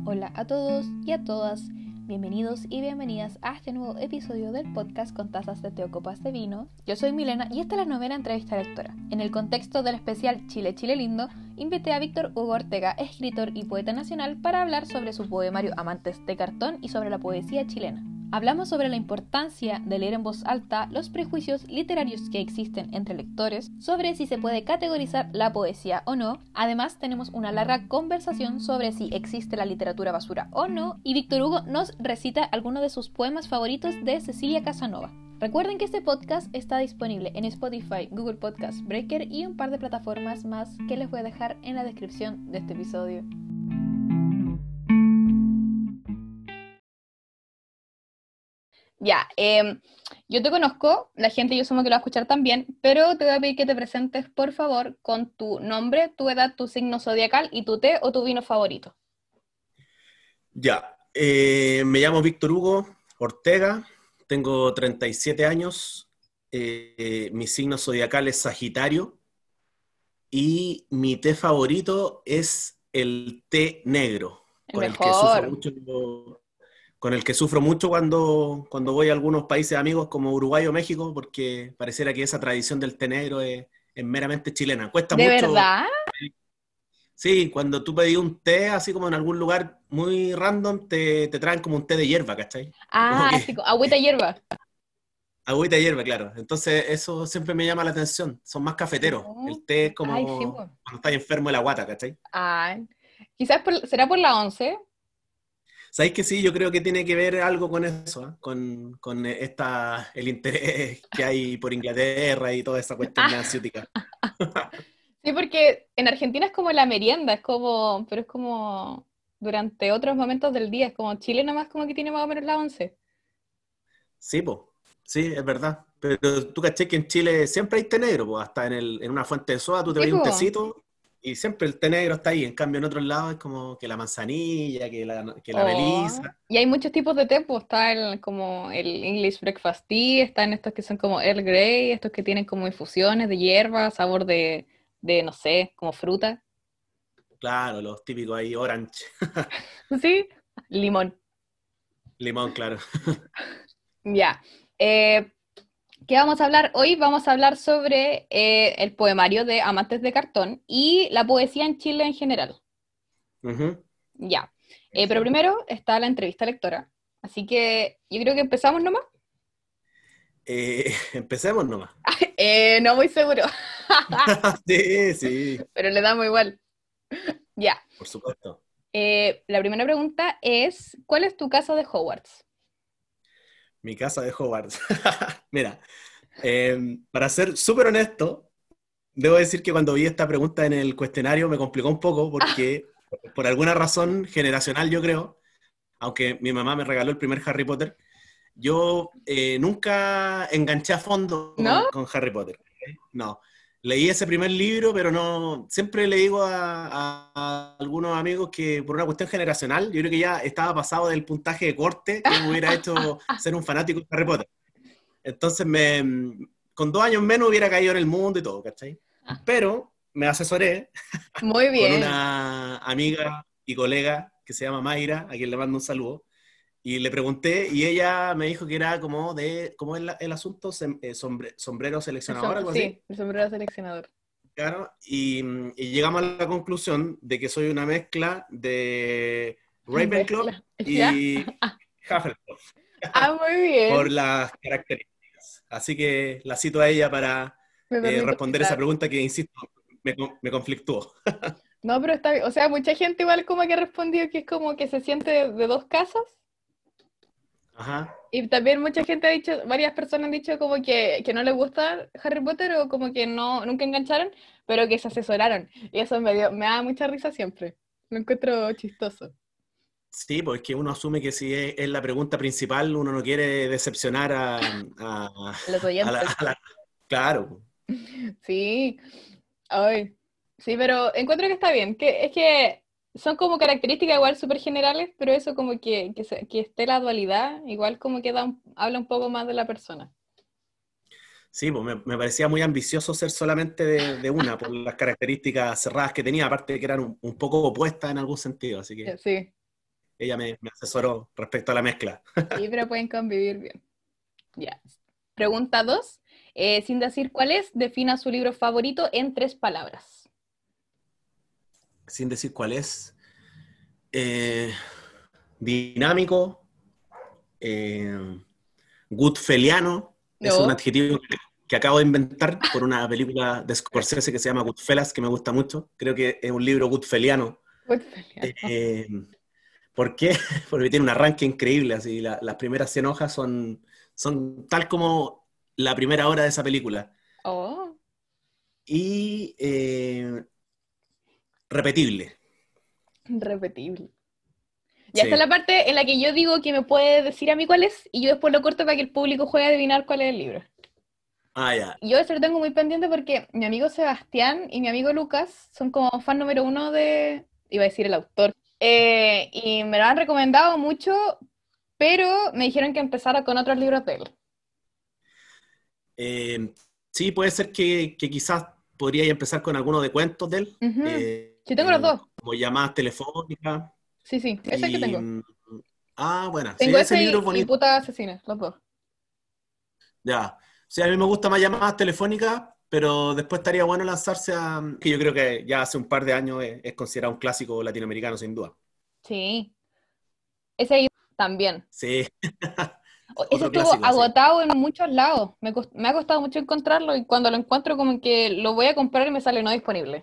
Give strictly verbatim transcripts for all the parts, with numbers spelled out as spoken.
Hola a todos y a todas, bienvenidos y bienvenidas a este nuevo episodio del podcast con tazas de té o copas de vino. Yo soy Milena y esta es la novena entrevista lectora. En el contexto del especial Chile, Chile lindo, invité a Víctor Hugo Ortega, escritor y poeta nacional, para hablar sobre su poemario Amantes de cartón y sobre la poesía chilena. Hablamos sobre la importancia de leer en voz alta, los prejuicios literarios que existen entre lectores, sobre si se puede categorizar la poesía o no. Además, tenemos una larga conversación sobre si existe la literatura basura o no, y Víctor Hugo nos recita algunos de sus poemas favoritos de Cecilia Casanova. Recuerden que este podcast está disponible en Spotify, Google Podcasts, Breaker y un par de plataformas más que les voy a dejar en la descripción de este episodio. Ya, eh, yo te conozco, la gente yo asumo que lo va a escuchar también, pero te voy a pedir que te presentes, por favor, con tu nombre, tu edad, tu signo zodiacal y tu té o tu vino favorito. Ya, eh, me llamo Víctor Hugo Ortega, tengo treinta y siete años, eh, mi signo zodiacal es Sagitario y mi té favorito es el té negro, El con el que sufro mejor. mucho, con el que sufro mucho cuando, cuando voy a algunos países amigos como Uruguay o México, porque pareciera que esa tradición del té negro es, es meramente chilena. Cuesta ¿De mucho. verdad? Sí, cuando tú pedís un té, así como en algún lugar muy random, te, te traen como un té de hierba, ¿cachai? Como Ah, así que como agüita hierba. agüita de hierba, claro. Entonces eso siempre me llama la atención. Son más cafeteros. No. El té es Ay, sí, como pues. cuando estás enfermo de la guata, ¿cachai? Ay. Quizás por- será por la once. ¿Sabéis que sí? Yo creo que tiene que ver algo con eso, ¿eh? Con, con esta, el interés que hay por Inglaterra y toda esa cuestión Ah, nanciútica. sí, porque en Argentina es como la merienda, es como, pero es como durante otros momentos del día, es como Chile nomás como que tiene más o menos la once. Sí, pues. Sí, es verdad. Pero tú caché que en Chile siempre hay té negro, pues. Hasta en, el, en una fuente de soda tú te Sí, ves un pues. tecito y siempre el té negro está ahí. En cambio, en otros lados es como que la manzanilla, que la, que la Oh, melisa. y hay muchos tipos de té, pues está el, como el English Breakfast Tea, están estos que son como Earl Grey, estos que tienen como infusiones de hierba, sabor de, de no sé, como fruta. Claro, los típicos ahí, orange, Sí, limón. limón, claro. Ya. Eh, ¿qué vamos a hablar hoy? Vamos a hablar sobre eh, el poemario de Amantes de Cartón y la poesía en Chile en general. Ujú. Ya. Eh, pero Perfecto. primero está la entrevista lectora. Así que yo creo que empezamos nomás. Eh, empecemos nomás. Eh, no muy seguro, Sí, sí, pero le damos igual. Ya. por supuesto. Eh, la primera pregunta es, ¿cuál es tu casa de Hogwarts? Mi casa de Hogwarts. Mira, eh, para ser súper honesto, debo decir que cuando vi esta pregunta en el cuestionario me complicó un poco porque por alguna razón generacional, yo creo, aunque mi mamá me regaló el primer Harry Potter, yo eh, nunca enganché a fondo ¿No? con, con Harry Potter. ¿Eh? No. Leí ese primer libro, pero no. Siempre le digo a, a- a algunos amigos que por una cuestión generacional, yo creo que ya estaba pasado del puntaje de corte que me hubiera hecho ser un fanático de Harry Potter. Entonces, me, con dos años menos hubiera caído en el mundo y todo, ¿cachai? Pero me asesoré Muy con bien. una amiga y colega que se llama Mayra, a quien le mando un saludo, y le pregunté y ella me dijo que era como de, ¿cómo es la- el asunto? Sem- eh, sombre- sombrero El seleccionador, som- algo sí, así. el sombrero seleccionador. Claro, y, y llegamos a la conclusión de que soy una mezcla de Ravenclaw Mezcla. ¿Ya? y Hufflepuff, Ah, muy por bien. las características. Así que la cito a ella para Me eh, permito responder esa citar. pregunta que, insisto, me, me conflictuó. No, pero está bien. O sea, mucha gente igual como que ha respondido que es como que se siente de, de dos casas. Ajá. Y también mucha gente ha dicho, varias personas han dicho como que, que no les gusta Harry Potter o como que no, nunca engancharon, pero que se asesoraron. Y eso me dio, me da mucha risa siempre. Lo encuentro chistoso. Sí, pues es que uno asume que si es, es la pregunta principal, uno no quiere decepcionar a, a- Los a la, oyentes. a la- Claro, Sí, ay, sí, pero encuentro que está bien, que es que son como características igual súper generales, pero eso como que, que, se- que esté la dualidad, igual como que da un- habla un poco más de la persona. sí, pues me, me parecía muy ambicioso ser solamente de, de una, por las características cerradas que tenía, aparte de que eran un, un poco opuestas en algún sentido, así que Eh, Sí. ella me, me asesoró respecto a la mezcla. Sí, pero pueden convivir bien. Ya. Pregunta dos. Eh, sin decir cuál es, defina su libro favorito en tres palabras. Sin decir cuál es. Eh, dinámico, eh, goodfelliano, es un No. adjetivo que, que acabo de inventar por una película de Scorsese que se llama Goodfellas, que me gusta mucho. Creo que es un libro goodfelliano. Woodfelliano. Eh, ¿Por qué? Porque tiene un arranque increíble, así, la- las primeras cien hojas son, son tal como la primera hora de esa película. Oh, Y eh, repetible, repetible. Ya está la sí. parte en la que yo digo que me puede decir a mí cuál es y yo después lo corto para que el público juegue a adivinar cuál es el libro. Ah, ya. Y yo eso lo tengo muy pendiente porque mi amigo Sebastián y mi amigo Lucas son como fan número uno de, iba a decir el autor, Eh, y me lo han recomendado mucho, pero me dijeron que empezara con otros libros de él. Eh, sí, puede ser que, que quizás podría empezar con alguno de cuentos de él, Ujú. eh, Sí, tengo los eh, dos. como llamadas telefónicas. Sí, sí, ese es el que Y, tengo. mm, ah, bueno, sí, Tengo ese ese libro y, es y bonito. Puta Asesina, los dos. Ya. Sí, a mí me gusta más llamadas telefónicas, pero después estaría bueno lanzarse a, que yo creo que ya hace un par de años es, es considerado un clásico latinoamericano, sin duda. Sí, ese ahí también. Sí, O- Ese otro estuvo clásico, sí. agotado en muchos lados. Me, cost- me ha costado mucho encontrarlo y cuando lo encuentro como que lo voy a comprar y me sale no disponible.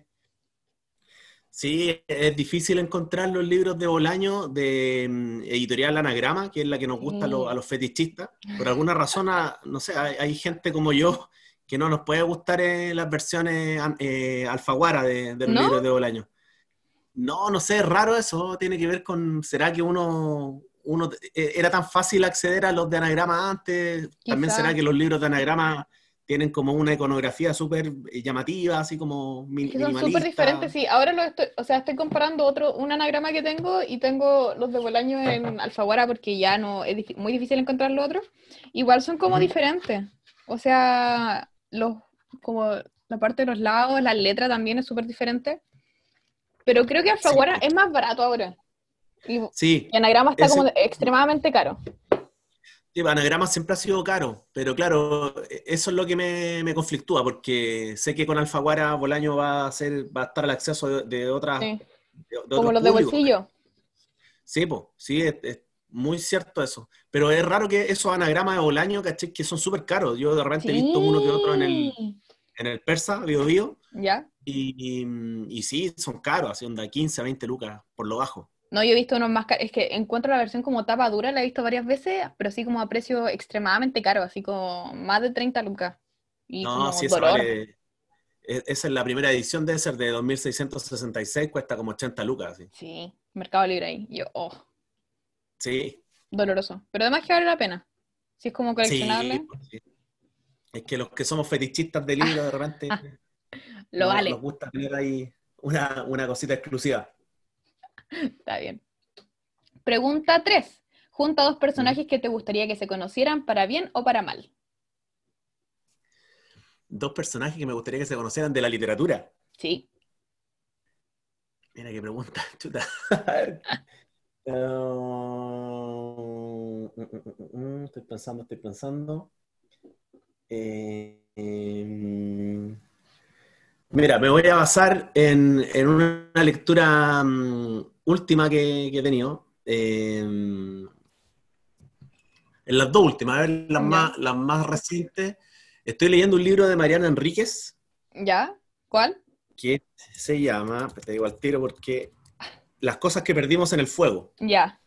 Sí, es difícil encontrar los libros de Bolaño de mm, Editorial Anagrama, que es la que nos gusta a, lo- a Sí, los fetichistas. Por alguna razón, a- no sé, hay, hay gente como yo que no nos puede gustar eh, las versiones an- eh, alfaguara de, de los ¿no? libros de Bolaño. No, no sé, es raro eso. Tiene que ver con, ¿será que uno, uno eh, era tan fácil acceder a los de Anagrama antes? También será Quizá. que los libros de Anagrama tienen como una iconografía súper eh, llamativa, así como Es mi- que son súper diferentes, minimalista. sí. Ahora lo estoy, o sea, estoy comparando otro, un anagrama que tengo y tengo los de Bolaño en Alfaguara porque ya no es difí- muy difícil encontrar los otros. Igual son como Ujú. diferentes. O sea, los, como la parte de los lados, la letra también es súper diferente. Pero creo que Sí, Alfaguara es más barato ahora. Y, sí, y anagrama está como ese de- extremadamente caro. sí, Anagrama siempre ha sido caro, pero claro, e- eso es lo que me, me conflictúa, porque sé que con Alfaguara Bolaño va a ser, va a estar al acceso de, de otras, Sí. de, de Como otros los de públicos. bolsillo. Sí, pues, sí, es, es muy cierto eso. Pero es raro que esos anagramas de Bolaño, ¿cachai? Que son súper caros. Yo de repente he visto uno que otro en el, Sí. en el Persa, Bio Bio, ¿Ya? y, y, y sí, son caros, así onda quince a veinte lucas por lo bajo. No, yo he visto unos más caros. Es que encuentro la versión como tapa dura, la he visto varias veces, pero sí como a precio extremadamente caro, así como más de treinta lucas. Y No, como sí, esa dolor. vale. e- Esa es la primera edición, debe ser de dos mil seiscientos sesenta y seis, cuesta como ochenta lucas, sí. Sí, Mercado Libre ahí. Y yo, oh, Sí, doloroso. Pero además que vale la pena. Si es como sí, coleccionable, pues, sí. Es que los que somos fetichistas de libros de repente lo no, nos vale. gusta tener ahí una, una cosita exclusiva. Está bien. Pregunta tres. Junta dos ¿Mm? personajes que te gustaría que se conocieran para bien o para mal. Dos personajes que me gustaría que se conocieran de la literatura. Sí. Mira qué pregunta, chuta. A ver. Eh, mm, mm, mm, mm, estoy pensando, estoy pensando. Eh, em, Mira, me voy a basar en, en una lectura mm, última que, que he tenido. Eh, en las dos últimas, a ver, las ¿Ya? más, las más recientes. Estoy leyendo un libro de Mariana Enríquez ¿Ya? ¿Cuál? que se llama, te digo al tiro porque Las cosas que perdimos en el fuego. Ya.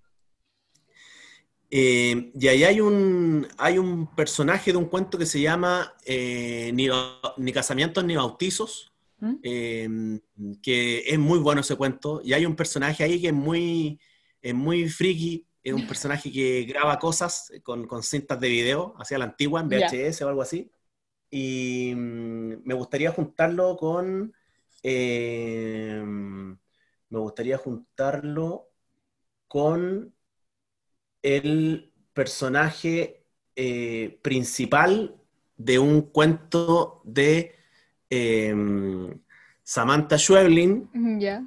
Eh, y ahí hay un, hay un personaje de un cuento que se llama eh, ni, ni casamientos ni bautizos, ¿Mm? eh, que es muy bueno ese cuento. Y hay un personaje ahí que es muy, es muy friki, es un personaje que graba cosas con, con cintas de video, hacia la antigua, en Ya. V H S o algo así. Y mm, me gustaría juntarlo con... eh, me gustaría juntarlo con el personaje eh, principal de un cuento de eh, Samantha Schweblin, Mm, ya.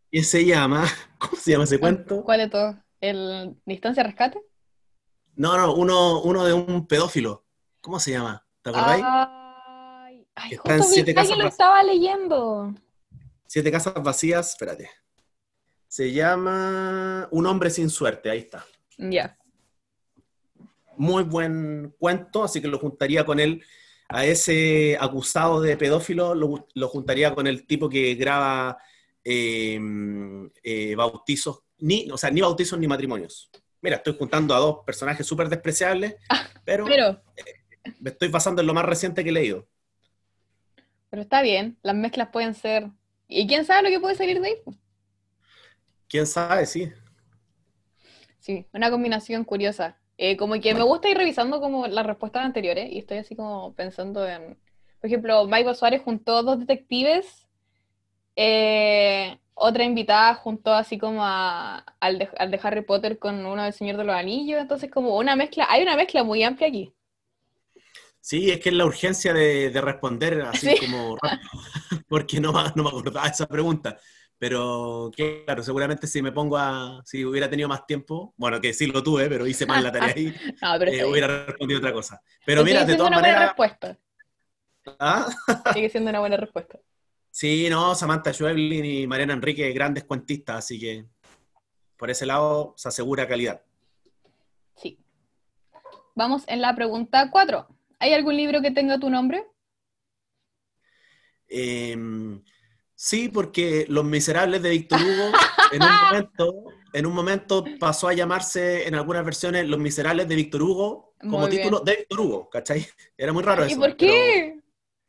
que se llama, ¿cómo se llama ese ¿Cuál, cuento? cuál de todos? ¿El Distancia Rescate? No, no, uno, uno de un pedófilo. ¿Cómo se llama? ¿Te acordáis? Ay, ay, Que está en justo vi siete que alguien casas lo vacías. estaba leyendo. Siete casas vacías, espérate. Se llama Un hombre sin suerte, ahí está. Ya. Muy buen cuento, así que lo juntaría con él, a ese acusado de pedófilo, lo, lo juntaría con el tipo que graba eh, eh, bautizos, ni, o sea, ni bautizos ni matrimonios. Mira, estoy juntando a dos personajes súper despreciables, pero Pero, me estoy basando en lo más reciente que he leído. pero está bien, las mezclas pueden ser. ¿Y quién sabe lo que puede salir de ahí? ¿Quién sabe? Sí. Sí, una combinación curiosa. Eh, como que me gusta ir revisando como las respuestas anteriores y estoy así como pensando en, por ejemplo, Michael Suárez juntó dos detectives, eh, otra invitada juntó así como a- al, de, al de Harry Potter con uno del Señor de los Anillos, entonces como una mezcla, hay una mezcla muy amplia aquí. Sí, es que es la urgencia de, de responder así Sí, como rápido, porque no, me- no me acordaba de esa pregunta. Pero claro, seguramente si me pongo a, si hubiera tenido más tiempo, bueno, que sí lo tuve, pero hice mal la tarea ahí, no, pero eh, está bien. hubiera respondido otra cosa. Pero Pero mira, sigue de siendo todas una buena maneras, respuesta. ¿ah? Sigue siendo una buena respuesta. Sí, no, Samantha Schweblin y Mariana Enrique, grandes cuentistas, así que por ese lado se asegura calidad. Sí. Vamos en la pregunta cuatro. ¿Hay algún libro que tenga tu nombre? Eh, sí, porque Los Miserables de Víctor Hugo en un momento, en un momento pasó a llamarse en algunas versiones Los Miserables de Víctor Hugo como Muy título bien. de Víctor Hugo, ¿cachai? Era muy raro ¿Y eso, por pero qué?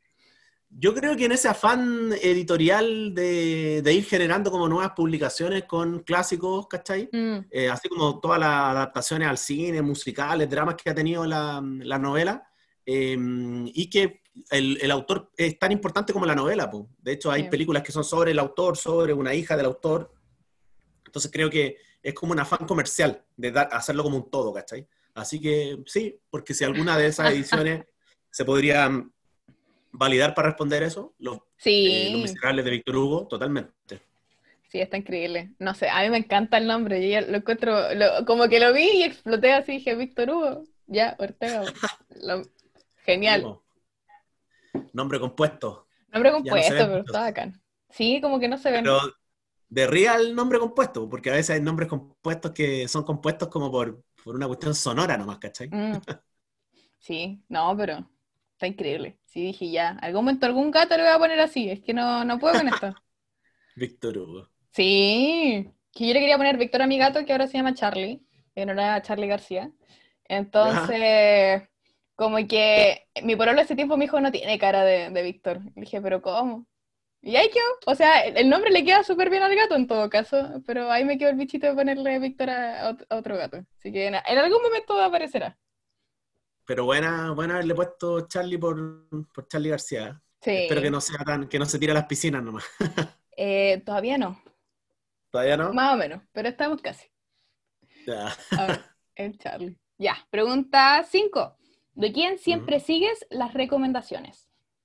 yo creo que en ese afán editorial de, de ir generando como nuevas publicaciones con clásicos, ¿cachai? Mm, Eh, así como todas las adaptaciones al cine, musicales, dramas que ha tenido la, la novela, eh, y que el, el autor es tan importante como la novela, po. De hecho, hay sí. películas que son sobre el autor, sobre una hija del autor, entonces creo que es como un afán comercial de dar, hacerlo como un todo, ¿cachai? Así que sí, porque si alguna de esas ediciones se podría validar para responder eso, los, eh, los Sí, Miserables de Víctor Hugo, totalmente. sí, está increíble. No sé, a mí me encanta el nombre. Yo ya lo encuentro, lo- como que lo vi y exploté así, dije, Víctor Hugo, ya, Ortega. Lo- Sí, genial. po. Nombre compuesto, Nombre ya no se compuesto, ven pero está muchos. bacán. Sí, como que no se ven. Pero de real nombre compuesto, porque a veces hay nombres compuestos que son compuestos como por, por una cuestión sonora nomás, ¿cachai? Mm, sí, no, pero está increíble. Sí, dije ya, algún momento algún gato le voy a poner así, es que no, no puedo con esto. Víctor Hugo. Sí, que yo le quería poner Víctor a mi gato, que ahora se llama Charlie, en honor a Charlie García. ¿Ya? Entonces, como que mi pololo ese tiempo me dijo, no tiene cara de, de Víctor. Y dije, ¿pero cómo? Y ahí quedó. O sea, el el nombre le queda súper bien al gato en todo caso, pero ahí me quedó el bichito de ponerle Víctor a, a ot- a otro gato. Así que na- en algún momento aparecerá. Pero buena, buena haberle puesto Charlie por, por Charlie García. Espero que Sí, no sea tan, que no se tire a las piscinas nomás. eh, todavía no, ¿Todavía no? más o menos, pero estamos casi. Ya. A ver, el Charlie. Ya, pregunta cinco. ¿De quién Ujú. siempre sigues las recomendaciones?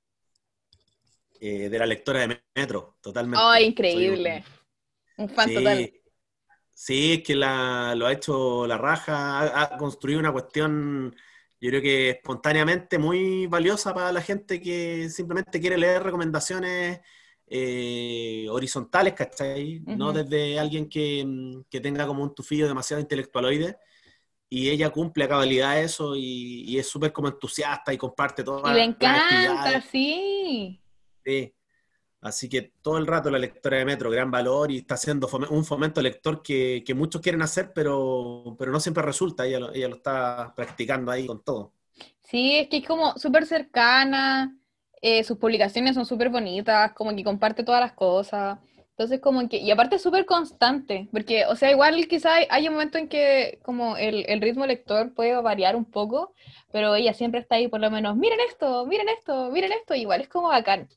Eh, de la lectora de Metro, ¡Ay, totalmente. Soy un... increíble! Un fan total. Sí, sí, es que la, lo ha hecho la raja, ha, ha construido una cuestión, yo creo que espontáneamente muy valiosa para la gente que simplemente quiere leer recomendaciones eh, horizontales, ¿cachai? No Ujú. desde alguien que, mm, que tenga como un tufillo demasiado intelectualoide, y ella cumple a cabalidad eso y, y es súper como entusiasta y comparte Y le todas las encanta, actividades. sí. Sí. Así que todo el rato la lectora de Metro, gran valor, y está haciendo fome- un fomento lector que, que muchos quieren hacer, pero, pero no siempre resulta. Ella lo, ella lo está practicando ahí con todo. Sí, es que es como súper cercana, eh, sus publicaciones son súper bonitas, como que comparte todas las cosas. Entonces, como que, y aparte es súper constante, porque, o sea, igual quizá hay, hay un momento en que como el, el ritmo lector puede variar un poco, pero ella siempre está ahí por lo menos, miren esto, miren esto, miren esto, igual es como bacán.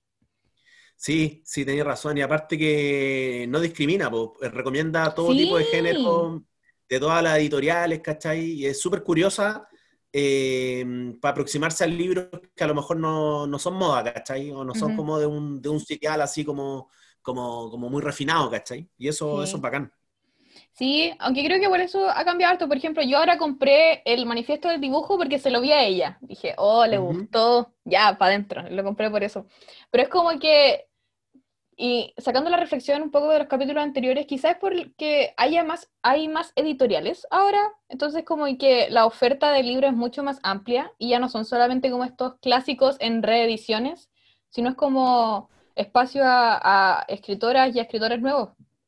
Sí, sí, tenéis razón. Y aparte que no discrimina, po, eh, recomienda todo tipo de Sí. género, de todas las editoriales, ¿cachai? Y es súper curiosa eh, para aproximarse al libro que a lo mejor no, no son moda, ¿cachai? O no son Ujú. como de un, de un sitial así como como, como muy refinado, ¿cachai? Y eso, Sí. eso es bacán. Sí, aunque creo que por eso ha cambiado harto. Por ejemplo, yo ahora compré el manifiesto del dibujo porque se lo vi a ella. Dije, oh, le Ujú. gustó, ya, para adentro. Lo compré por eso. Pero es como que, y sacando la reflexión un poco de los capítulos anteriores, quizás es porque haya más, hay más editoriales ahora. Entonces, como que la oferta de libros es mucho más amplia y ya no son solamente como estos clásicos en reediciones, sino es como espacio a, a escritoras y a escritores nuevos.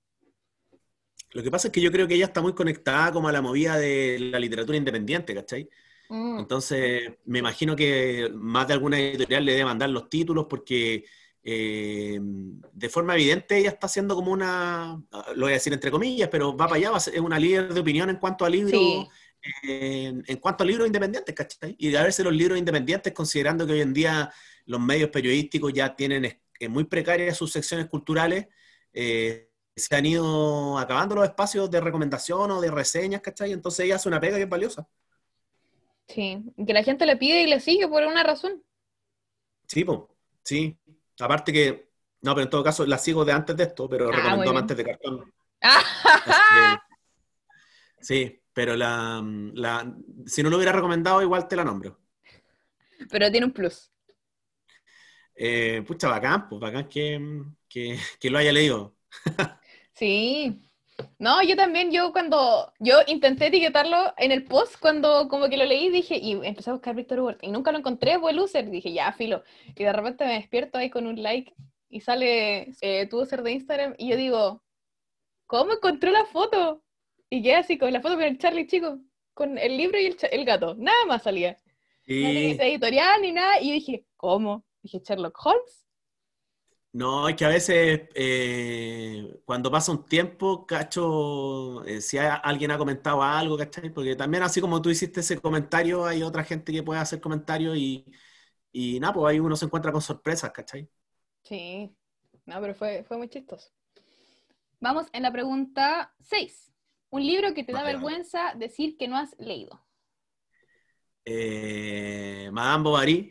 Lo que pasa es que yo creo que ella está muy conectada como a la movida de la literatura independiente, ¿cachai? Mm, Entonces, me sí. imagino que más de alguna editorial le debe mandar los títulos porque eh, de forma evidente ella está haciendo como una, lo voy a decir entre comillas, pero va para allá, va a ser- es una líder de opinión en cuanto a libros, Sí. eh, en cuanto a libros independientes, ¿cachai? Y a verse los libros independientes, considerando que hoy en día los medios periodísticos ya tienen eh, muy precarias sus secciones culturales, eh, se han ido acabando los espacios de recomendación o de reseñas, ¿cachai? Entonces ella hace una pega que es valiosa. Sí, que la gente le pide y le sigue por una razón. Sí, po, sí. Aparte que, no, pero en todo caso la sigo de antes de esto, pero Ah, muy recomendó bien. Amantes de Cartón. Así ¡Ah! que, sí, pero la, la, si no lo hubiera recomendado, igual te la nombro. Pero tiene un plus. Eh, pucha, bacán, pues bacán que, que, que lo haya leído. Sí. No, yo también, yo cuando, yo intenté etiquetarlo en el post cuando como que lo leí, dije, y empecé a buscar Victor Hugo, y nunca lo encontré, fue loser, dije, ya, filo. Y de repente me despierto ahí con un like y sale eh, tu user de Instagram y yo digo, ¿cómo encontró la foto? Y quedé así con la foto con el Charlie chico, con el libro y el, cha- el gato, nada más salía. No tenía esa Y editorial ni nada, y yo dije, ¿cómo? Dije, Sherlock Holmes. no, es que a veces eh, cuando pasa un tiempo, cacho, eh, si hay- alguien ha comentado algo, ¿cachai? Porque también así como tú hiciste ese comentario, hay otra gente que puede hacer comentarios y, y nada, pues ahí uno se encuentra con sorpresas, ¿cachai? Sí, no, pero fue, fue muy chistoso. Vamos en la pregunta seis. Un libro que te da Vale, vale. vergüenza decir que no has leído. Eh, Madame Bovary,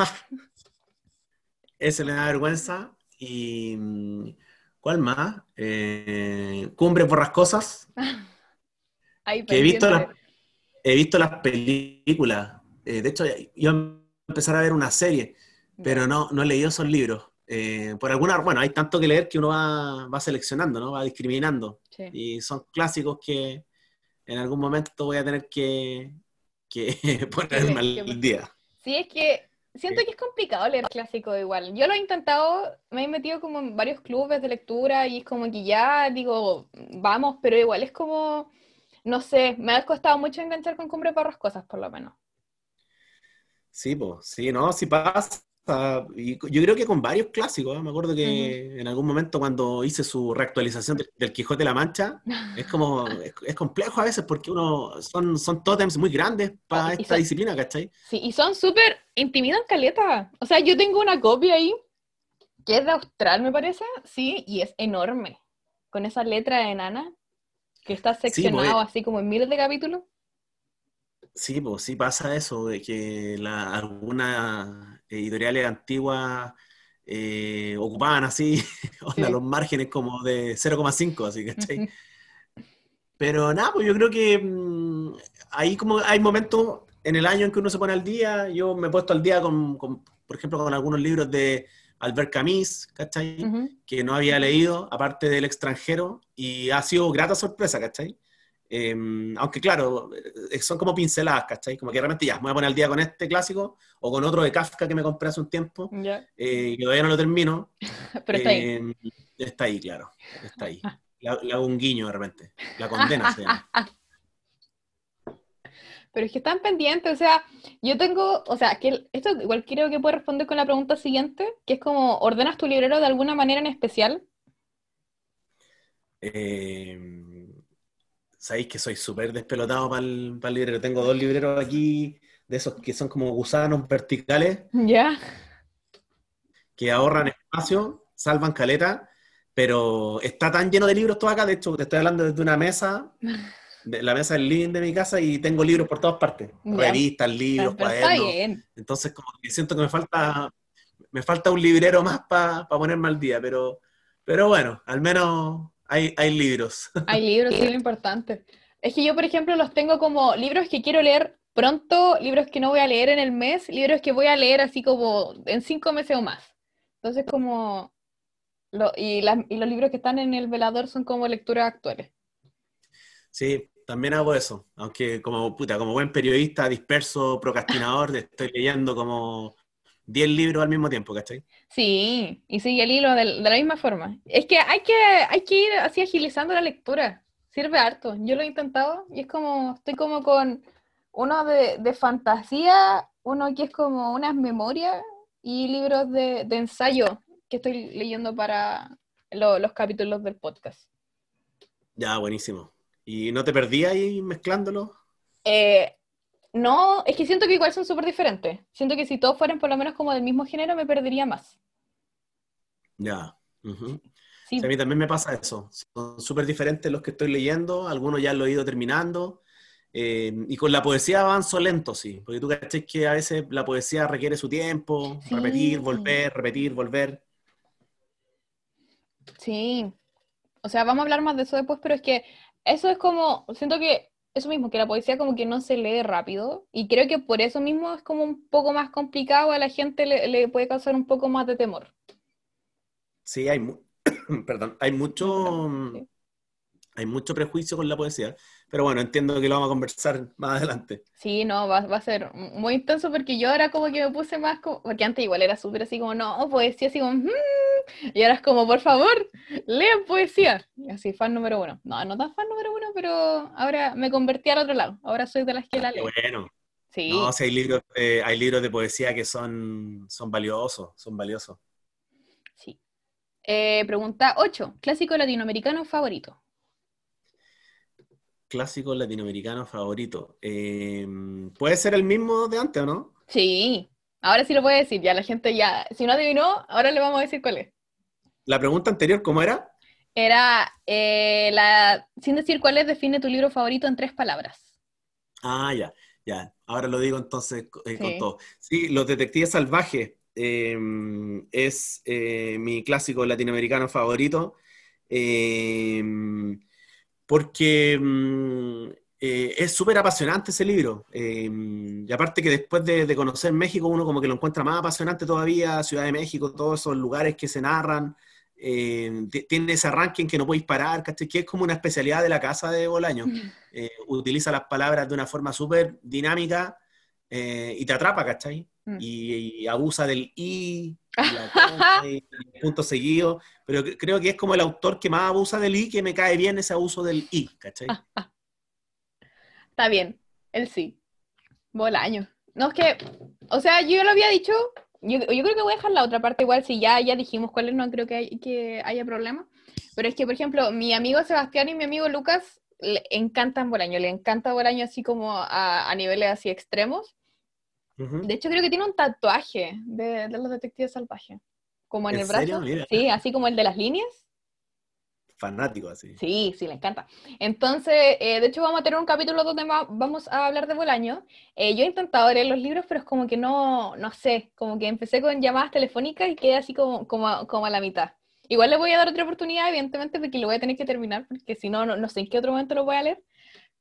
ese me da vergüenza. Y mm, ¿cuál más? Eh, Cumbres Borrascosas, Ahí que he visto las, pendiente. he visto las películas. Eh, de hecho, yo empezar a ver una serie, pero Ya, no, no he leído esos libros. Eh, por alguna, bueno, hay tanto que leer que uno va, va seleccionando, ¿no? Va discriminando. sí, Y son clásicos que en algún momento voy a tener que, que que ponerme le, que me- al día. sí, es que siento Sí, que es complicado leer clásico igual. Yo lo he intentado, me he metido como en varios clubes de lectura y es como que ya digo, vamos, pero igual es como, no sé, me ha costado mucho enganchar con Cumbre Cosas por lo menos. sí, pues, sí, no, sí pasa. Y yo creo que con varios clásicos, ¿eh? Me acuerdo Ujú. que en algún momento cuando hice su reactualización del, del Quijote de la Mancha, es como, es, es complejo a veces porque uno, son, son tótems muy grandes Oh, para y, y esta son, disciplina, ¿cachai? sí, y son súper, intimidan caleta. O sea, yo tengo una copia ahí que es de Austral, me parece, sí, y es enorme, con esa letra enana que está Sí, seccionado pues, así como en miles de capítulos. sí, pues, sí pasa eso, de que la, algunas editoriales antiguas eh, ocupaban así, onda, Sí. los márgenes como de cero coma cinco, así, ¿cachai? Pero nada, pues yo creo que mm, ahí como hay momentos en el año en que uno se pone al día. Yo me he puesto al día con, con, por ejemplo, con algunos libros de Albert Camus, ¿cachai? Ujú. Que no había leído, aparte del extranjero, y ha sido grata sorpresa, ¿cachai? Eh, aunque claro, eh, son como pinceladas, ¿cachai? Como que realmente ya, me voy a poner al día con este clásico o con otro de Kafka que me compré hace un tiempo, Ya, eh, que todavía no lo termino. pero está ahí. Eh, Está ahí, claro, está ahí. Le, le hago un guiño de repente. La condena se llama. Pero es que están pendientes, o sea, yo tengo, o sea, que esto igual creo que puede responder con la pregunta siguiente, que es como, ¿ordenas tu librero de alguna manera en especial? Eh, Sabéis que soy súper despelotado para el, librero. Tengo dos libreros aquí, de esos que son como gusanos verticales, Ya. que ahorran espacio, salvan caleta, pero está tan lleno de libros todo acá. De hecho, te estoy hablando desde una mesa, de la mesa del living de mi casa, y tengo libros por todas partes. Ya, Revistas, libros, pero está cuadernos. bien. Entonces, como que siento que me falta, me falta un librero más para ponerme al día, pero Pero bueno, al menos hay, hay libros. Hay libros, sí, lo importante. Es que yo, por ejemplo, los tengo como libros que quiero leer pronto, libros que no voy a leer en el mes, libros que voy a leer así como en cinco meses o más. Entonces, como, lo- y, las- y los libros que están en el velador son como lecturas actuales. Sí, también hago eso. Aunque como puta, como buen periodista disperso, procrastinador, estoy leyendo como diez libros al mismo tiempo, ¿cachai? Sí, y sigue el hilo del- de, la misma forma. Es que hay que, hay que ir así agilizando la lectura. Sirve harto. Yo lo he intentado y es como, estoy como con uno de, de fantasía, uno que es como unas memorias y libros de, de ensayo que estoy leyendo para lo- los capítulos del podcast. Ya, buenísimo. ¿Y no te perdí ahí mezclándolo? Eh, no, es que siento que igual son súper diferentes. Siento que si todos fueran por lo menos como del mismo género me perdería más. Ya. Ujú. Sí, a Sí, mí también me pasa eso. Son súper diferentes los que estoy leyendo, algunos ya lo he ido terminando. Eh, y con la poesía avanzo lento, sí, porque tú cachai que a veces la poesía requiere su tiempo, repetir, sí, volver, repetir, volver. sí. O sea, vamos a hablar más de eso después, pero es que eso es como, siento que eso mismo, que la poesía como que no se lee rápido y creo que por eso mismo es como un poco más complicado, a la gente le, le puede causar un poco más de temor. Sí, hay, mu- perdón, hay No te preocupes, mucho, mm, sí. hay mucho prejuicio con la poesía, pero bueno, entiendo que lo vamos a conversar más adelante. Sí, no, va, va a ser muy intenso porque yo ahora como que me puse más como, porque antes igual era súper así como, no, poesía así como, "Mm", y ahora es como, por favor, lean poesía. Y así, fan número uno. No, no tan fan número uno, pero ahora me convertí al otro lado. Ahora soy de las que la Qué lee. bueno. No, Sí, sí hay libros, de- hay libros de poesía que son, son valiosos, son valiosos. sí. Eh, pregunta ocho. Clásico latinoamericano favorito. Clásico latinoamericano favorito. Eh, ¿puede ser el mismo de antes o no? Sí, ahora sí lo puede decir, ya la gente ya, si no adivinó, ahora le vamos a decir cuál es. La pregunta anterior, ¿cómo era? Era, eh, la, sin decir cuál es, define tu libro favorito en tres palabras. Ah, ya, ya. Ahora lo digo entonces eh, con Sí. todo. Sí, Los Detectives Salvajes eh, es eh, mi clásico latinoamericano favorito. Eh, porque mm, eh, es súper apasionante ese libro. Eh, y aparte que después de, de conocer México, uno como que lo encuentra más apasionante todavía, Ciudad de México, todos esos lugares que se narran. Eh, t- tiene ese arranque en que no podéis parar, ¿cachai? Que es como una especialidad de la casa de Bolaño. Eh, utiliza las palabras de una forma súper dinámica eh, y te atrapa, ¿cachai? Mm. Y, y abusa del i y la coma y el punto seguido, pero cre- creo que es como el autor que más abusa del i, que me cae bien ese abuso del i, ¿cachai? Está bien, él sí. Bolaño. No es que, o sea, yo ya lo había dicho, yo, yo creo que voy a dejar la otra parte igual, si ya, ya dijimos cuáles, no creo que, hay- que haya problema. Pero es que, por ejemplo, mi amigo Sebastián y mi amigo Lucas le encantan Bolaño, le encanta Bolaño así como a, a niveles así extremos. Ujú. De hecho, creo que tiene un tatuaje de, de los detectives salvajes, como en ¿En el serio? brazo, Mira, sí, así como el de las líneas. fanático así. Sí, sí, le encanta. Entonces, eh, de hecho, vamos a tener un capítulo donde va- vamos a hablar de Bolaño. Eh, yo he intentado leer los libros, pero es como que no, no sé, como que empecé con llamadas telefónicas y quedé así como, como, a, como a la mitad. Igual le voy a dar otra oportunidad, evidentemente, porque lo voy a tener que terminar, porque si no, no, no sé en qué otro momento lo voy a leer,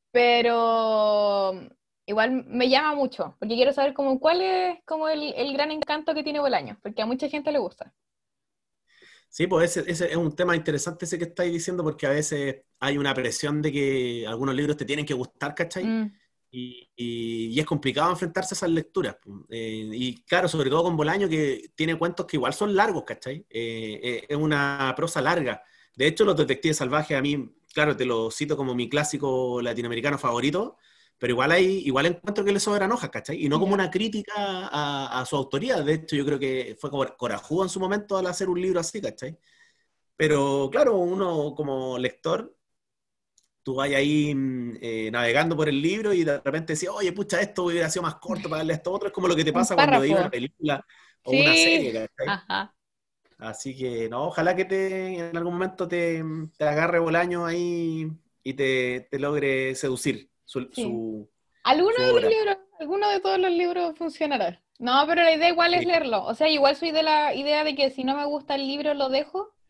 pero igual me llama mucho, porque quiero saber como cuál es como el, el gran encanto que tiene Bolaño, porque a mucha gente le gusta. Sí, pues ese, ese es un tema interesante ese que estáis diciendo, porque a veces hay una presión de que algunos libros te tienen que gustar, ¿cachai? Mm, Y, y- y es complicado enfrentarse a esas lecturas. Pues. Eh, y claro, sobre todo con Bolaño, que tiene cuentos que igual son largos, ¿cachai? Eh, eh, es una prosa larga. De hecho, Los Detectives Salvajes, a mí, claro, te lo cito como mi clásico latinoamericano favorito, pero igual hay, igual encuentro que le sobran hojas, ¿cachai? Y no como ya. una crítica a, a su autoría. De hecho, yo creo que fue como corajudo en su momento al hacer un libro así, ¿cachai? Pero claro, uno como lector tú vas ahí mm, eh, navegando por el libro y de repente decís, oye, pucha, esto hubiera sido más corto para darle a esto otro. Es como lo que te Un pasa cuando veis una párrafo. película o una Sí, serie, ¿cachai? ajá. Así que, no, ojalá que te, en algún momento te, te agarre Bolaño ahí y te, te logre seducir su, Sí. su, Alguno su de los obra. libros, alguno de todos los libros funcionará. No, pero la idea igual es Sí, leerlo. O sea, igual soy de la idea de que si no me gusta el libro lo dejo,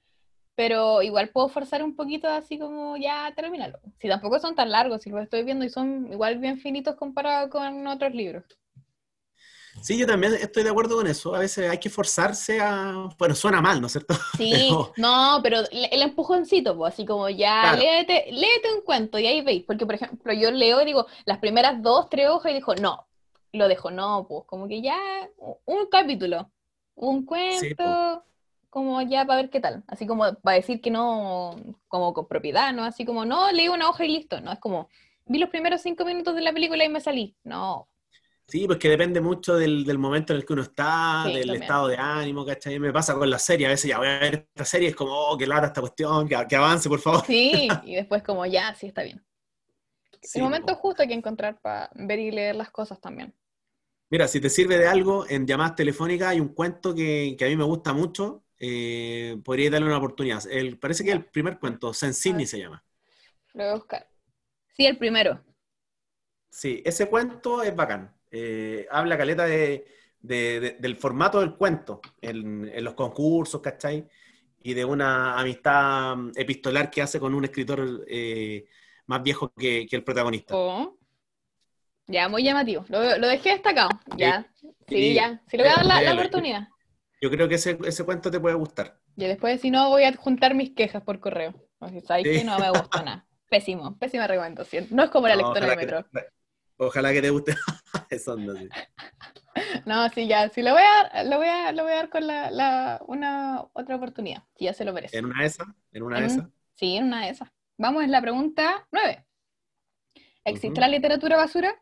pero igual puedo forzar un poquito así como ya terminarlo. Si tampoco son tan largos, si los estoy viendo y son igual bien finitos comparado con otros libros. Sí, yo también estoy de acuerdo con eso. A veces hay que forzarse a... Bueno, suena mal, ¿no es cierto? Sí, Pero, no, pero el el empujoncito, pues, así como ya, claro, léete, léete un cuento y ahí veis, porque por ejemplo yo leo y digo, las primeras dos, tres hojas y digo, no, lo dejo, no, pues, como que ya, un capítulo, un sí, po. cuento, como ya para ver qué tal, así como para decir que no, como con propiedad, ¿no? Así como, no, leí una hoja y listo, no, es como, vi los primeros cinco minutos de la película y me salí, no, Sí, pues que depende mucho del, del momento en el que uno está, sí, del también, estado de ánimo, ¿cachai? Me pasa con la serie, a veces ya voy a ver esta serie, es como, oh, qué lata esta cuestión, que, que avance, por favor. sí, y después como ya, sí, está bien. El Sí, momento po. justo hay que encontrar para ver y leer las cosas también. Mira, si te sirve de algo, en llamadas telefónicas hay un cuento que, que a mí me gusta mucho, eh, podría darle una oportunidad. El, parece que es Ya, el primer cuento, Saint a Sydney ver, se llama. lo voy a buscar. Sí, el primero. Sí, ese cuento es bacán. Eh, habla caleta de, de- de- del formato del cuento en, en los concursos, ¿cachai? Y de una amistad mm, epistolar que hace con un escritor eh, más viejo que, que el protagonista. Oh, ya, muy llamativo. Lo, lo dejé destacado. Sí, Ya, sí, sí, ya. Sí, le voy a lé- dar la, la léelo. Yo, oportunidad. yo creo que ese, ese cuento te puede gustar. Y después, si no, voy a juntar mis quejas por correo. O si sabéis que Sí. no me gustó nada. Pésimo, pésima recomendación. No es como la No, lectora de ojalá que, metro. ojalá que te guste. Eso no sé. No, sí, ya. Sí, lo voy a dar, lo voy a, lo voy a dar con la, la, una otra oportunidad. Si ya se lo merece. En una de esas, en una de esas. En, sí, en una de esas. Vamos en la pregunta nueve. ¿Existe Ujú. la literatura basura?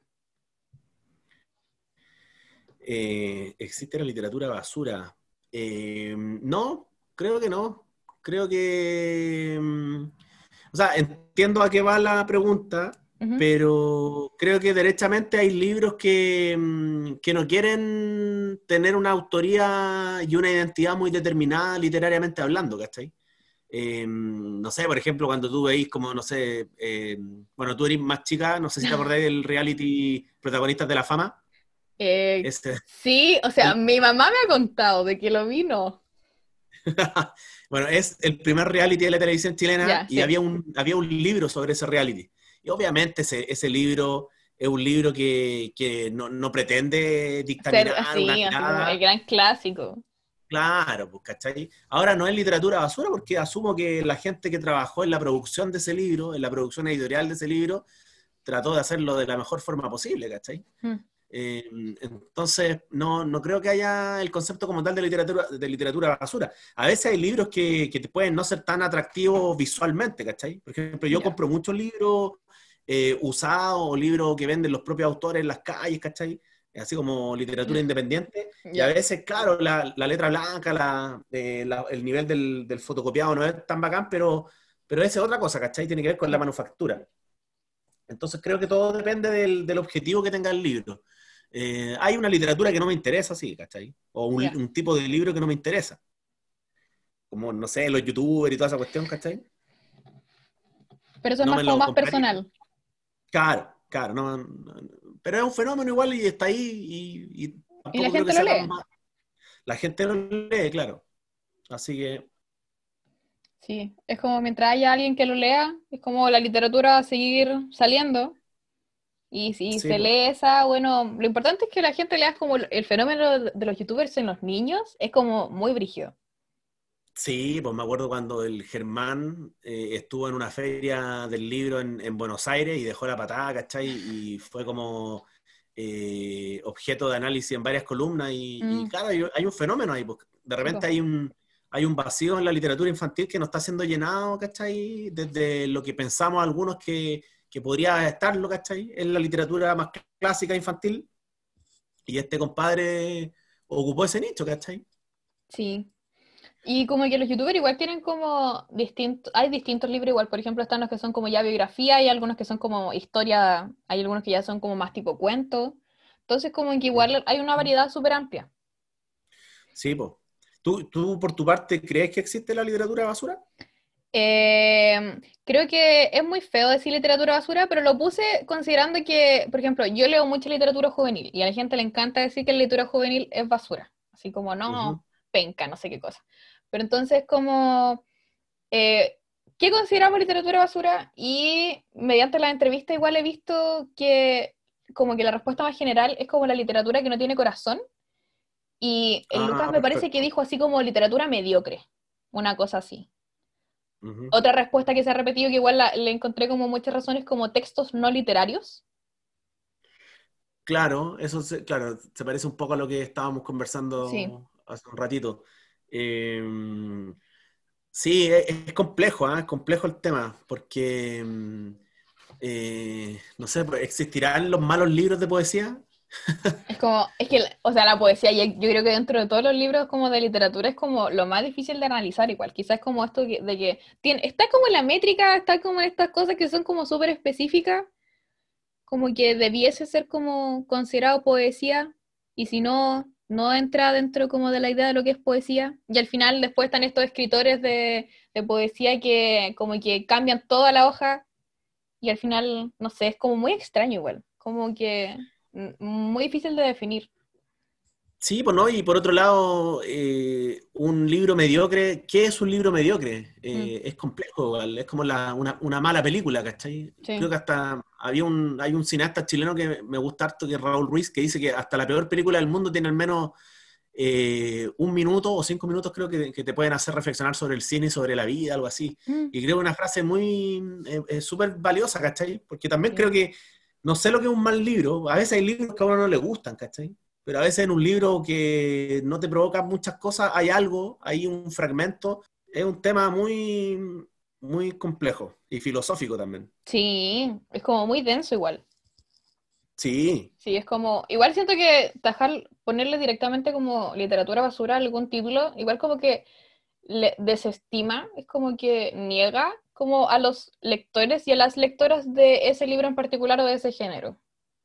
Eh, ¿existe la literatura basura? Eh, no, creo que no. Creo que... mm, o sea, entiendo a qué va la pregunta, Ujú. pero creo que derechamente hay libros que, mm, que no quieren tener una autoría y una identidad muy determinada literariamente hablando, ¿cachai? Eh, no sé, por ejemplo, cuando tú veis como, no sé, eh, bueno, tú eres más chica, no sé si te acordáis del reality Protagonistas de la Fama. Eh, Este, sí, o sea, el- mi mamá me ha contado de que lo vino. bueno, es el primer reality de la televisión chilena Ya, y sí. había un, había un libro sobre ese reality. Y obviamente ese, ese libro es un libro que, que no, no pretende Ser dictaminar una así, así como el mirada. gran clásico. Claro, pues, ¿cachai? Ahora no es literatura basura porque asumo que la gente que trabajó en la producción de ese libro, en la producción editorial de ese libro, trató de hacerlo de la mejor forma posible, ¿cachai? Mm, Eh, entonces, no, no creo que haya el concepto como tal de literatura, de literatura basura. A veces hay libros que, que te pueden no ser tan atractivos visualmente, ¿cachai? Por ejemplo, yo ya, compro muchos libros eh, usados o libros que venden los propios autores en las calles, ¿cachai? Así como literatura independiente. Y a ya, veces, claro, la, la letra blanca, la, eh, la- el nivel del, del fotocopiado no es tan bacán, pero, pero esa es otra cosa, ¿cachai? Tiene que ver con la sí, manufactura. Entonces creo que todo depende del, del objetivo que tenga el libro. Eh, hay una literatura que no me interesa, sí, ¿cachai? O un, ya. un tipo de libro que no me interesa. Como, no sé, los youtubers y toda esa cuestión, ¿cachai? Pero eso es No más me como lo más compraría. personal. Claro, claro, no, no- pero es un fenómeno igual y está ahí y, y Y la tampoco creo gente que lo sea tan lee. mal. La gente lo lee, claro. Así que, Sí, es como mientras haya alguien que lo lea, es como la literatura va a seguir saliendo. Y si sí, se po. lee esa, bueno, lo importante es que la gente lea como el el fenómeno de los youtubers en los niños, es como muy brígido. Sí, pues me acuerdo cuando el Germán eh, estuvo en una feria del libro en, en Buenos Aires y dejó la patada, ¿cachai? Y fue como eh, objeto de análisis en varias columnas y, y Mm, claro, hay, hay un fenómeno ahí, pues de sí, repente po. hay un, hay un vacío en la literatura infantil que no está siendo llenado, ¿cachai? Desde lo que pensamos algunos que, que podría estarlo, ¿cachai? En la literatura más clásica infantil y este compadre ocupó ese nicho, ¿cachai? Sí. Y como que los youtubers igual tienen como distintos, hay distintos libros igual, por ejemplo, están los que son como ya biografía, hay algunos que son como historia, hay algunos que ya son como más tipo cuento. Entonces como que igual hay una variedad súper amplia. Sí, pues. ¿Tú, tú, por tu parte, crees que existe la literatura basura? Eh, creo que es muy feo decir literatura basura, pero lo puse considerando que, por ejemplo, yo leo mucha literatura juvenil y a la gente le encanta decir que la literatura juvenil es basura, así como Ujú. no, penca, no sé qué cosa. Pero entonces como eh, ¿qué consideramos literatura basura? Y mediante la entrevista igual he visto que como que la respuesta más general es como la literatura que no tiene corazón. Y el Lucas Ah, me parece que perfecto. dijo así como literatura mediocre, una cosa así. Ujú. Otra respuesta que se ha repetido, que igual la- le encontré como muchas razones, como textos no literarios. Claro, eso se, claro, se parece un poco a lo que estábamos Sí, conversando hace un ratito. Eh, sí, es, es complejo, ¿ah? Es complejo el tema, porque, mm, eh, no sé, pues, ¿existirán los malos libros de poesía? es como, es que, o sea, la poesía, yo, yo creo que dentro de todos los libros como de literatura es como lo más difícil de analizar igual. Quizás como esto que- de que tiene, está como en la métrica, está como en estas cosas que son como súper específicas, como que debiese ser como considerado poesía, y si no, no entra dentro como de la idea de lo que es poesía. Y al final después están estos escritores de, de poesía que como que cambian toda la hoja, y al final, no sé, es como muy extraño igual, como que mm, muy difícil de definir. Sí, pues no, y por otro lado, eh, un libro mediocre, ¿qué es un libro mediocre? Mm, Eh, es complejo, igual, es como la- una, una mala película, ¿cachai? Creo sí. que hasta había un, hay un cineasta chileno que me gusta harto, que es Raúl Ruiz, que dice que hasta la peor película del mundo tiene al menos eh, un minuto o cinco minutos, creo que, que te pueden hacer reflexionar sobre el cine y sobre la vida, algo así. Mm, Y creo que una frase muy, eh, eh, súper valiosa, ¿cachai? Porque también creo sí. que, no sé lo que es un mal libro, a veces hay libros que a uno no le gustan, ¿cachai? Pero a veces en un libro que no te provoca muchas cosas, hay algo, hay un fragmento, es un tema muy, muy complejo y filosófico también. Sí, es como muy denso igual. Sí, Sí, es como, igual siento que tajar, ponerle directamente como literatura basura a algún título, igual como que le desestima, es como que niega como a los lectores y a las lectoras de ese libro en particular o de ese género.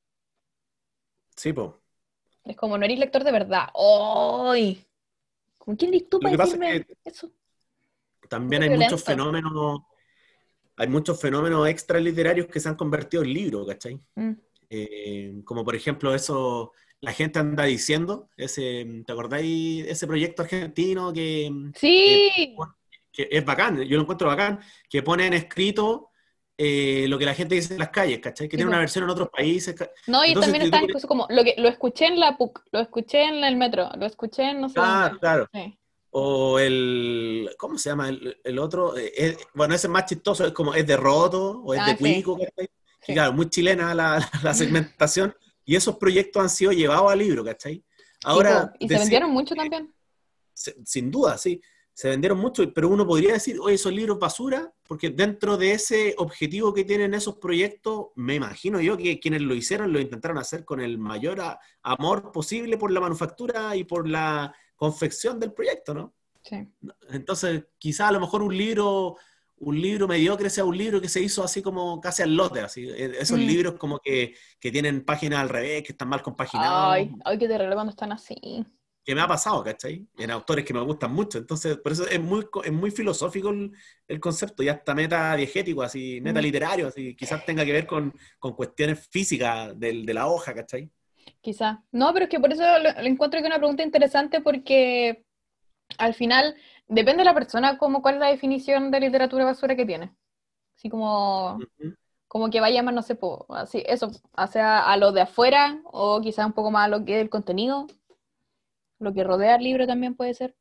sí, po. Es como, no eres lector de verdad. ¡Ay! ¿Con quién eres tú Lo para que pasa es decirme que eso? Muy también hay muchos violento. fenómenos, hay muchos fenómenos extraliterarios que se han convertido en libros, ¿cachai? Mm. Eh, como por ejemplo eso, la gente anda diciendo, ese, ¿te acordáis? Ese proyecto argentino que, que, Sí, que es bacán, yo lo encuentro bacán, que ponen escrito eh, lo que la gente dice en las calles, ¿cachai? Que tiene una tipo. versión en otros países. ca- No, y Entonces, también si tú está pones- incluso como, lo que lo escuché en la P U C, lo escuché en el metro, lo escuché en no sé claro, dónde. claro. Sí. O el, ¿cómo se llama? El, el otro, eh, es- bueno, ese es más chistoso, es como, es de Roto o es Ah, de sí, Cuico, ¿cachai? Que sí. claro, muy chilena la, la segmentación, y esos proyectos han sido llevados a libro, ¿cachai? Sí, po. Ahora, Y se decir, vendieron mucho también. se- sin duda, sí, se vendieron mucho, pero uno podría decir, oye, esos libros basura, porque dentro de ese objetivo que tienen esos proyectos, me imagino yo que quienes lo hicieron lo intentaron hacer con el mayor a- amor posible por la manufactura y por la confección del proyecto, ¿no? Sí. Entonces, quizá a lo mejor un libro, un libro mediocre sea un libro que se hizo así como casi al lote, así. E- Esos Mm. libros como que, que tienen páginas al revés, que están mal compaginados, Ay, ay, qué terrible cuando están así. que me ha pasado, ¿cachai? En autores que me gustan mucho. Entonces, por eso es muy, co- es muy filosófico el, el concepto, ya hasta meta diegético, así, meta Mm, literario, así, quizás tenga que ver con, con cuestiones físicas del, de la hoja, ¿cachai? quizá. No, pero es que por eso lo, lo encuentro que es una pregunta interesante porque al final depende de la persona como cuál es la definición de literatura basura que tiene. Así como, Ujú. como que vaya más, no sé, po, así, eso, hacia a lo de afuera o quizá un poco más a lo que es el contenido, lo que rodea el libro también puede ser.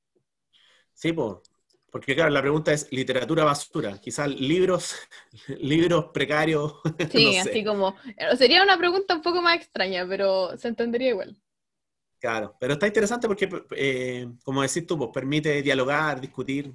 Sí, pues. Porque claro, la pregunta es literatura basura, quizás libros, libros precarios, no Sí, así sé. como, eh, sería una pregunta un poco más extraña, pero se entendería igual. Claro, pero está interesante porque, eh, como decís tú, pues permite dialogar, discutir.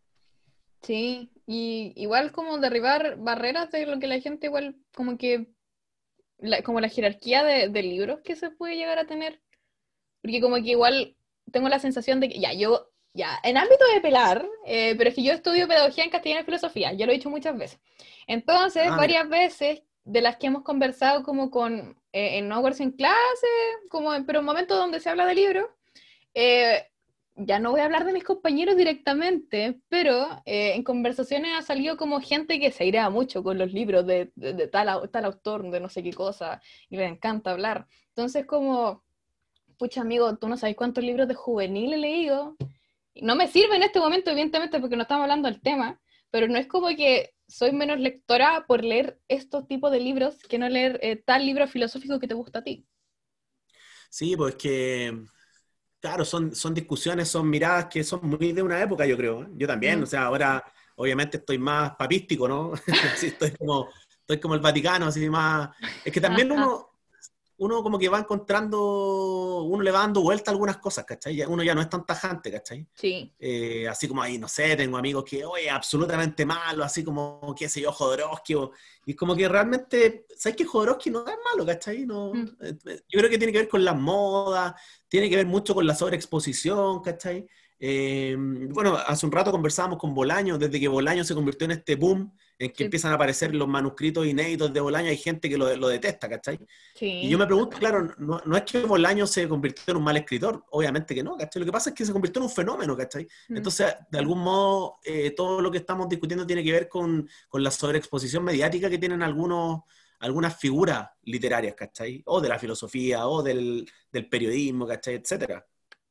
Sí, y igual como derribar barreras de lo que la gente igual como que, la- como la jerarquía de, de libros que se puede llegar a tener, porque como que igual tengo la sensación de que, ya, yo, ya, en ámbito de pelar, eh, pero es que yo estudio pedagogía en castellano y filosofía, ya lo he dicho muchas veces. Entonces, Ah, mira. varias veces de las que hemos conversado como con, eh, en Hogwarts en clase, como en, pero en momentos donde se habla de libros, eh, ya no voy a hablar de mis compañeros directamente, pero eh, en conversaciones ha salido como gente que se irea mucho con los libros de, de, de tal, au- tal autor, de no sé qué cosa, y le encanta hablar. Entonces, como, pucha amigo, tú no sabes cuántos libros de juvenil he leído, No me sirve en este momento, evidentemente, porque no estamos hablando del tema, pero no es como que soy menos lectora por leer estos tipos de libros que no leer eh, tal libro filosófico que te gusta a ti. Sí, pues que, claro, son, son discusiones, son miradas que son muy de una época, yo creo. ¿eh? Yo también, Mm. o sea, ahora obviamente estoy más papístico, ¿no? Sí, estoy como, estoy como el Vaticano, así más... Es que también uno, uno como que va encontrando, uno le va dando vuelta a algunas cosas, ¿cachai? Ya- Uno ya no es tan tajante, ¿cachai? Sí. Eh, así como ahí, no sé, tengo amigos que, oye, absolutamente malo, así como, qué sé yo, Jodorowsky, o- y como que realmente, ¿sabes que Jodorowsky no es malo, ¿cachai? No, Mm. eh, eh, yo creo que tiene que ver con las modas, tiene que ver mucho con la sobreexposición, ¿cachai? Eh, bueno, hace un rato conversábamos con Bolaño, desde que Bolaño se convirtió en este boom, en que Sí. empiezan a aparecer los manuscritos inéditos de Bolaño, hay gente que lo, lo detesta, ¿cachai? Y yo Sí. me pregunto, claro, no, no es que Bolaño se convirtió en un mal escritor, obviamente que no, ¿cachai? Lo que pasa es que se convirtió en un fenómeno, ¿cachai? Mm. Entonces, de algún modo, eh, todo lo que estamos discutiendo tiene que ver con, con la sobreexposición mediática que tienen algunos, algunas figuras literarias, ¿cachai? O de la filosofía, o del, del periodismo, ¿cachai? Etcétera.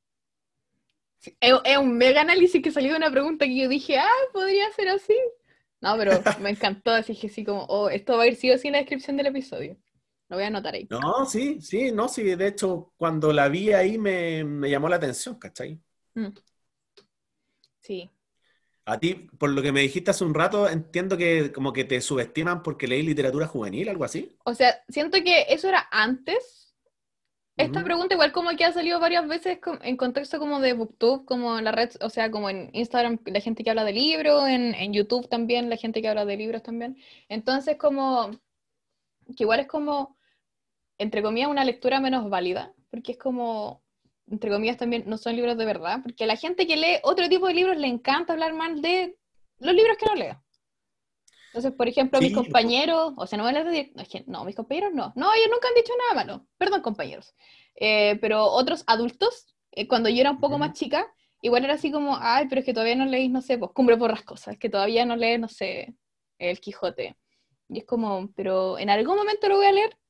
Sí. Es, es un mega análisis que salió de una pregunta que yo dije, ah, podría ser así. No, pero me encantó, así que sí, como, oh, esto va a ir sí o sí en la descripción del episodio. Lo voy a anotar ahí. No, sí, sí, no, sí, de hecho, cuando la vi ahí me, me llamó la atención, ¿cachai? Mm. Sí. A ti, por lo que me dijiste hace un rato, entiendo que como que te subestiman porque leí literatura juvenil, algo así. O sea, siento que eso era antes. Esta Ujú. pregunta igual como que ha salido varias veces com- en contexto como de BookTube, como en la red, o sea, como en Instagram la gente que habla de libros, en, en YouTube también la gente que habla de libros también. Entonces como, que igual es como, entre comillas, una lectura menos válida, porque es como, entre comillas también no son libros de verdad, porque a la gente que lee otro tipo de libros le encanta hablar mal de los libros que no lee. Entonces, por ejemplo, mis Sí, o- compañeros, o sea, no voy a hablar de, es que, no, mis compañeros no, no, ellos nunca han dicho nada malo, perdón, compañeros. Eh, pero otros adultos, eh, cuando yo era un poco más ujú. chica, igual era así como, ay, pero es que todavía no leéis, no sé, pues Cumbre Borrascosas, es que todavía no lees, no sé, El Quijote. Y es como, pero en algún momento lo voy a leer,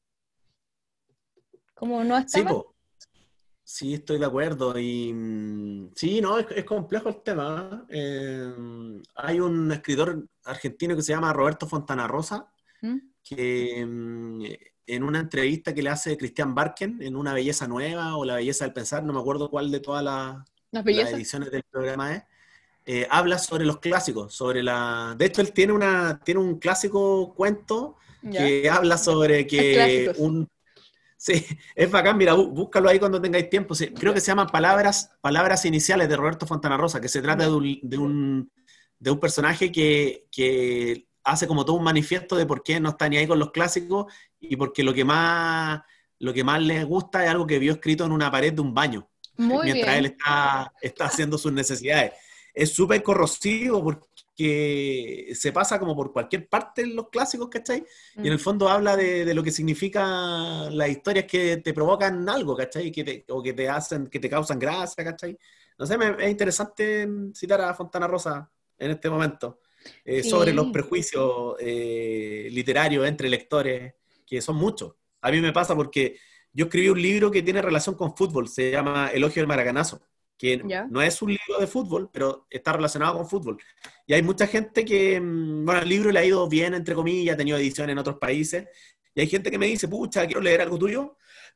como no está Sí, mal. po. Sí, estoy de acuerdo. Y mm, sí, no, es, es complejo el tema. ¿eh? Eh, hay un escritor argentino que se llama Roberto Fontana Rosa, ¿Mm? que mm, en una entrevista que le hace Christian Barken en Una Belleza Nueva o La Belleza del Pensar, no me acuerdo cuál de todas las, ¿Las las bellezas? ediciones del programa es, eh, habla sobre los clásicos, sobre la... De hecho, él tiene, una, tiene un clásico cuento ¿Ya? que habla sobre Hay que clásicos. un... Sí, es bacán, mira, bú- búscalo ahí cuando tengáis tiempo. Sí, creo que Ya. se llama Palabras, Palabras Iniciales de Roberto Fontana Rosa, que se trata de Ya. un, de un, de un personaje que, que hace como todo un manifiesto de por qué no está ni ahí con los clásicos y porque lo que más, lo que más le gusta es algo que vio escrito en una pared de un baño, Muy mientras él bien. está, está haciendo sus necesidades. Es súper corrosivo porque se pasa como por cualquier parte en los clásicos, ¿cachai? Y en Mm. el fondo habla de, de lo que significa las historias que te provocan algo, ¿cachai? Que te, o que te hacen, que te causan gracia, ¿cachai? No sé, me- es interesante citar a Fontana Rosa en este momento eh, sobre los Sí. prejuicios eh, literarios entre lectores, que son muchos. A mí me pasa porque yo escribí un libro que tiene relación con fútbol, se llama Elogio del Maracanazo, que ¿Ya? no es un libro de fútbol, pero está relacionado con fútbol. Y hay mucha gente que, mm, bueno, el libro le ha ido bien, entre comillas, ha tenido edición en otros países, y hay gente que me dice, pucha, quiero leer algo tuyo,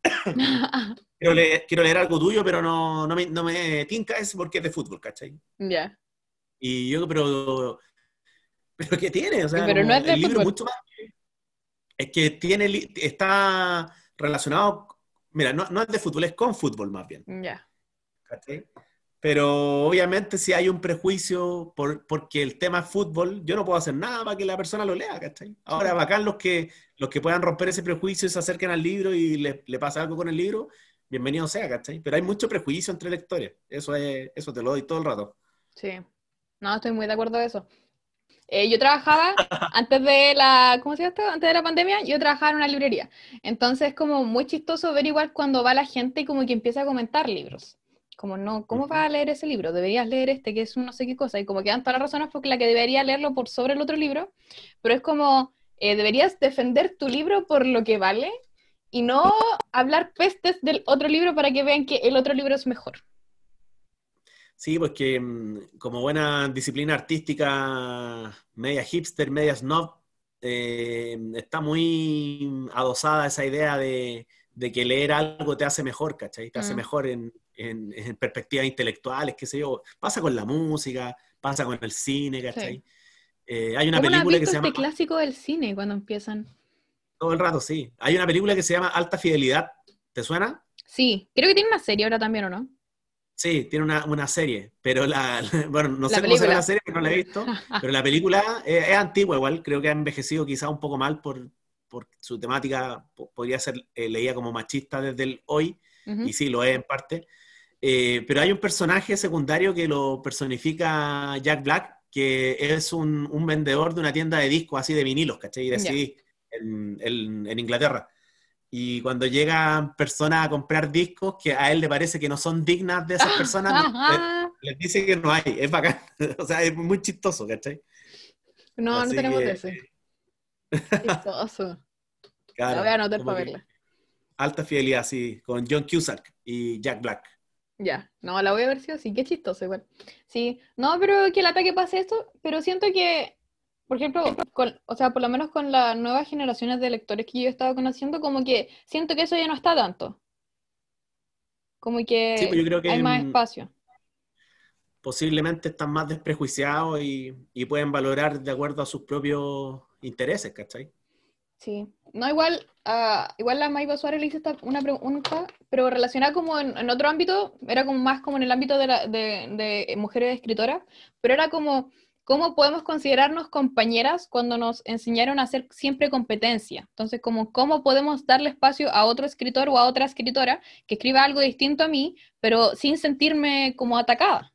quiero leer, quiero leer algo tuyo, pero no, no, me, no me tinca ese porque es de fútbol, ¿cachai? Ya. Y yo, pero, pero ¿qué tiene? O sea, Pero no como es de el libro es fútbol. mucho más, es que tiene, li- está relacionado, mira, no, no es de fútbol, es con fútbol más bien, Ya. ¿cachai? Pero obviamente si hay un prejuicio por, porque el tema es fútbol, yo no puedo hacer nada para que la persona lo lea, ¿cachai? Ahora, Sí. bacán los que, los que puedan romper ese prejuicio y se acerquen al libro y le, le pasa algo con el libro, bienvenido sea, ¿cachai? Pero hay mucho prejuicio entre lectores, eso es, eso te lo doy todo el rato. Sí. No, estoy muy de acuerdo de eso. Eh, yo trabajaba antes de la, ¿cómo se llama esto? Antes de la pandemia, yo trabajaba en una librería. Entonces, como muy chistoso ver igual cuando va la gente y como que empieza a comentar libros. Como, no, ¿cómo vas Ujú. a leer ese libro? Deberías leer este, que es un no sé qué cosa. Y como que dan todas las razones porque la que debería leerlo por sobre el otro libro. Pero es como, eh, deberías defender tu libro por lo que vale y no hablar pestes del otro libro para que vean que el otro libro es mejor. Sí, porque mm, como buena disciplina artística, media hipster, media snob, eh, está muy adosada esa idea de, de que leer algo te hace mejor, ¿cachai? Te hace Mm. mejor en, en- en perspectivas intelectuales, qué sé yo. Pasa con la música, pasa con el cine, Sí. ¿cachai? Eh, hay una ¿Cómo no has película que visto se llama, este clásico del cine cuando empiezan? todo el rato, sí, hay una película que se llama Alta Fidelidad, ¿te suena? Sí, creo que tiene una serie ahora también, ¿o no? Sí, tiene una, una serie, pero la, bueno, no La sé cómo será la película. serie, porque no la he visto, pero la película es, es antigua igual, creo que ha envejecido quizá un poco mal por, por su temática, po- podría ser eh, leída como machista desde el hoy, y Ujú. sí, lo es en parte. Eh, pero hay un personaje secundario que lo personifica Jack Black, que es un, un vendedor de una tienda de discos así de vinilos, ¿cachai? Y de Ya. C D en, en en Inglaterra. Y cuando llegan personas a comprar discos que a él le parece que no son dignas de esas personas, no- le- les dice que no hay. Es bacán. O sea, es muy chistoso, ¿cachai? No, no Así tenemos de que, ese. Chistoso. La voy a claro, anotar como para que verla. alta fidelidad, sí, con John Cusack y Jack Black. Ya, no, la voy a ver sí o sí, qué chistoso igual. Sí, no, pero que el ataque pase esto, pero siento que, por ejemplo, con, o sea, por lo menos con las nuevas generaciones de lectores que yo he estado conociendo, como que siento que eso ya no está tanto, como Sí, pues que yo creo hay que más mm, espacio. posiblemente están más desprejuiciados y, y pueden valorar de acuerdo a sus propios intereses, ¿cachai? Sí, no, igual, ah, igual la Maiva Suárez le hice esta, una pregunta, pero relacionada como en, en otro ámbito, era como más como en el ámbito de, la- de, de mujeres escritoras, pero era como, ¿cómo podemos considerarnos compañeras cuando nos enseñaron a hacer siempre competencia? Entonces, como, ¿cómo podemos darle espacio a otro escritor o a otra escritora que escriba algo distinto a mí, pero sin sentirme como atacada?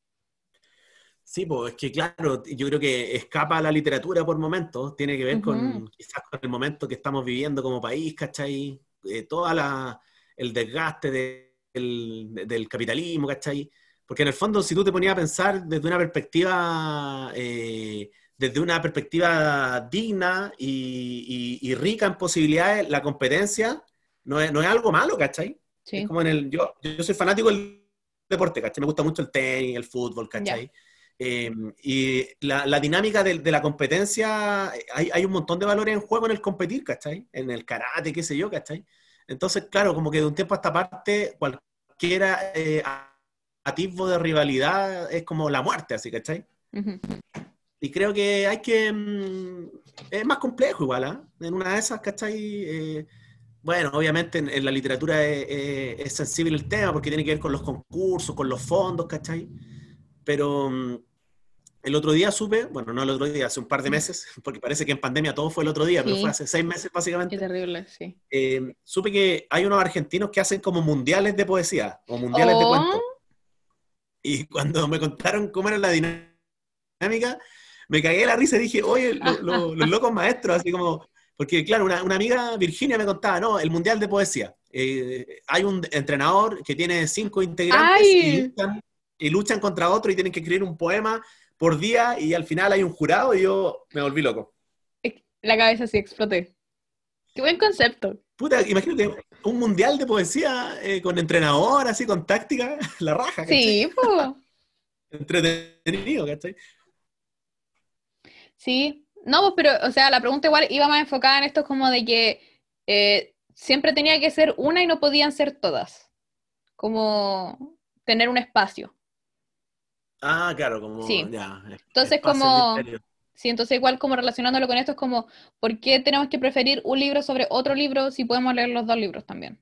Sí, pues es que claro, yo creo que escapa a la literatura por momentos, tiene que ver Ujú. con quizás con el momento que estamos viviendo como país, ¿cachai? Eh, toda la, el desgaste de- del, del capitalismo, ¿cachai? Porque en el fondo, si tú te ponías a pensar desde una perspectiva, eh, desde una perspectiva digna y, y- y rica en posibilidades, la competencia no es, no es algo malo, ¿cachai? Es Sí, como en el, yo, yo soy fanático del deporte, ¿cachai? Me gusta mucho el tenis, el fútbol, ya. ¿cachai? Eh, y la, la dinámica de, de la competencia, hay, hay un montón de valores en juego en el competir, ¿cachai? En el karate, qué sé yo, ¿cachai? Entonces, claro, como que de un tiempo a esta parte, cualquiera eh, atisbo de rivalidad es como la muerte, así, ¿cachai? Ujú. Y creo que hay que... mm, es más complejo igual, ¿ah? En una de esas, ¿cachai? Eh, bueno, obviamente en, en la literatura es, es- es sensible el tema porque tiene que ver con los concursos, con los fondos, ¿cachai? Pero... mm, el otro día supe, bueno, no el otro día, hace un par de meses, porque parece que en pandemia todo fue el otro día, pero fue Sí, hace seis meses qué básicamente, terrible, sí. eh, supe que hay unos argentinos que hacen como mundiales de poesía o mundiales de cuentos. Oh. Y cuando me contaron cómo era la dinámica, me cagué de la risa y dije, oye, lo- lo- los locos maestros, así como, porque claro, una, una amiga, Virginia, me contaba, no, el mundial de poesía. Eh, hay un entrenador que tiene cinco integrantes y ¡Ay! luchan, y luchan contra otro y tienen que escribir un poema por día y al final hay un jurado y yo me volví loco. Ex- La cabeza sí exploté. Qué buen concepto. Puta, imagínate un mundial de poesía eh, con entrenador, así, con táctica, la raja, ¿cachai? Sí, pues. Entretenido, ¿cachai? Sí. No, pues, pero, o sea, la pregunta igual iba más enfocada en esto como de que eh, siempre tenía que ser una y no podían ser todas. Como tener un espacio. Ah, claro, como Sí. ya, Entonces, espacios como, libres. sí, entonces igual como relacionándolo con esto es como, ¿por qué tenemos que preferir un libro sobre otro libro si podemos leer los dos libros también?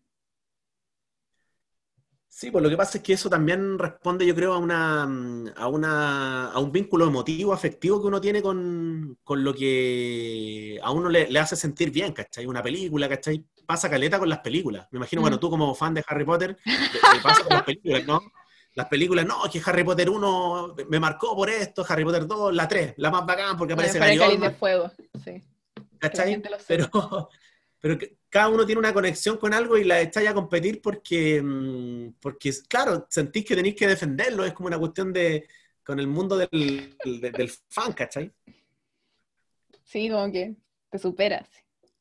Sí, pues lo que pasa es que eso también responde, yo creo, a una, mm, a una, a un vínculo emotivo, afectivo que uno tiene con, con lo que a uno le, le hace sentir bien, ¿cachai? Una película, ¿cachai? Pasa caleta con las películas. Me imagino, Mm. bueno, tú como fan de Harry Potter, te, te pasa con las películas, ¿no? Las películas, no, es que Harry Potter uno me marcó por esto, Harry Potter dos, la tres, la más bacán porque La aparece mejor el Gary cáliz de Oldman, fuego, sí, que la ¿cachai? gente lo Pero, sepa. pero que cada uno tiene una conexión con algo y la echáis a competir porque, mm, porque, claro, sentís que tenéis que defenderlo, es como una cuestión de, con el mundo del, del, del fan, ¿cachai? Sí, como que te superas.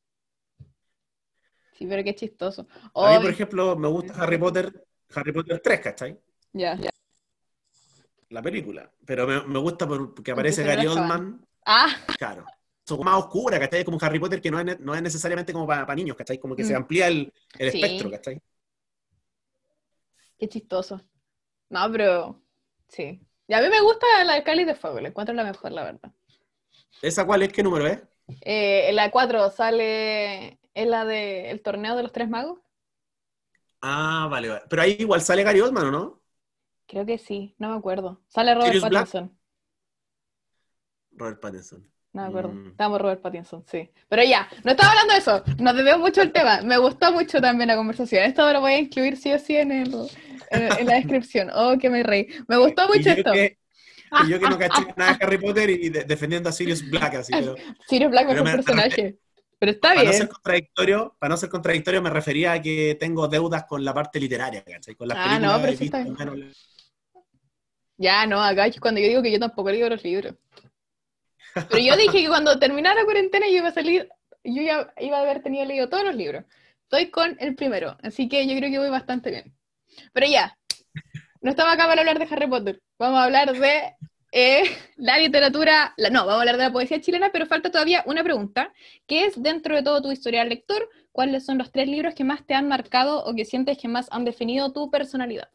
Sí, pero qué chistoso. A mí, por Ay, ejemplo, me gusta Harry Potter, Harry Potter tres, ¿cachai? ya. la película. Pero me, me gusta porque Porque aparece se lo Gary dejaban. Oldman, Ah, claro. Son más oscura, ¿cachai? Como Harry Potter, que no es, no es necesariamente como para niños, ¿cachai? Como que se mm, amplía el, el espectro, sí, ¿cachai? qué chistoso. No, pero sí. Y a mí me gusta la de Cáliz de Fuego, la encuentro la mejor, la verdad. ¿Esa cuál es? ¿Qué número es? Eh, en la cuatro sale, es la de el torneo de los tres magos. Ah, vale, vale. Pero ahí igual sale Gary Oldman, ¿o no? Creo que sí, no me acuerdo. Sale Robert Sirius Black, Pattinson, Robert Pattinson. no me acuerdo. Mm. Estamos Robert Pattinson, sí. Pero ya, no estaba hablando de eso, nos desvió mucho el tema. Me gustó mucho también la conversación. Esto lo voy a incluir sí o sí en, el, en, en la descripción. Oh, que me reí. Me gustó Y mucho yo esto. que, y yo que no caché nada de Harry Potter y de- defendiendo a Sirius Black, así, pero, Sirius Black, pero mejor me, me refe- personaje. Pero está para no ser bien. contradictorio, para no ser contradictorio, me refería a que tengo deudas con la parte literaria, ¿cachai? Con las Ah, no, películas pero he sí está visto bien. menos. Ya, no, acá es cuando yo digo que yo tampoco leo los libros. Pero yo dije que cuando terminara la cuarentena yo iba a salir, yo ya iba a haber tenido leído todos los libros. Estoy con el primero, así que yo creo que voy bastante bien. Pero ya, no estamos acá para hablar de Harry Potter. Vamos a hablar de eh, la literatura, la, no, vamos a hablar de la poesía chilena, pero falta todavía una pregunta, que es, dentro de todo tu historial lector, ¿cuáles son los tres libros que más te han marcado o que sientes que más han definido tu personalidad?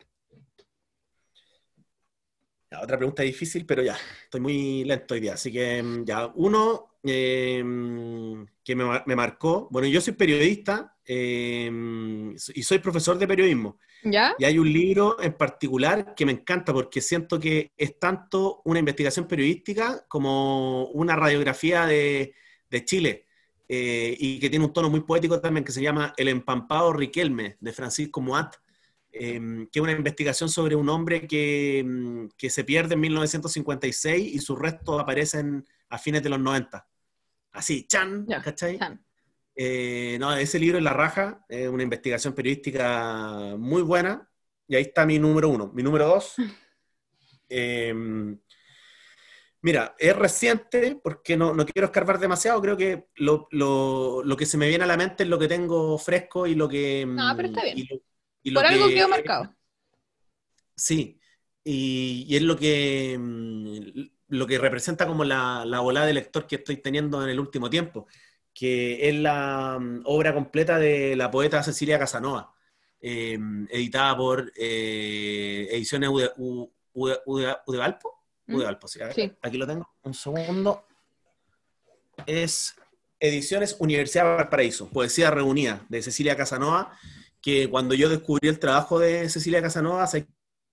Ya, otra pregunta difícil, pero ya, estoy muy lento hoy día. Así que mm, ya, uno eh, que me, mar- me marcó, bueno, yo soy periodista eh, y soy profesor de periodismo. ¿Ya? Y hay un libro en particular que me encanta porque siento que es tanto una investigación periodística como una radiografía de, de Chile. Eh, y que tiene un tono muy poético también, que se llama El empampado Riquelme, de Francisco Muat, eh, que es una investigación sobre un hombre que, mm, que se pierde en mil novecientos cincuenta y seis y sus restos aparecen a fines de los noventa. Así, chan, Ya, ¿cachai? Chan. Eh, no, ese libro es La Raja, es una investigación periodística muy buena, y ahí está mi número uno. Mi número dos, eh, mira, es reciente porque no, no quiero escarbar demasiado, creo que lo, lo- lo que se me viene a la mente es lo que tengo fresco y lo que, No, pero mm, está bien. y lo, y Por lo algo que quedó marcado. sí, y, y es lo que, mm, lo que representa como la, la volada de lector que estoy teniendo en el último tiempo, que es la mm, obra completa de la poeta Cecilia Casanova, eh, editada por eh, Ediciones Ude, U- Ude- Ude- Udevalpo. ¿Mm? Udevalpo, sí, a ver, Sí. aquí lo tengo, un segundo. Es Ediciones Universidad de Valparaíso, Poesía Reunida, de Cecilia Casanova, que cuando yo descubrí el trabajo de Cecilia Casanova, se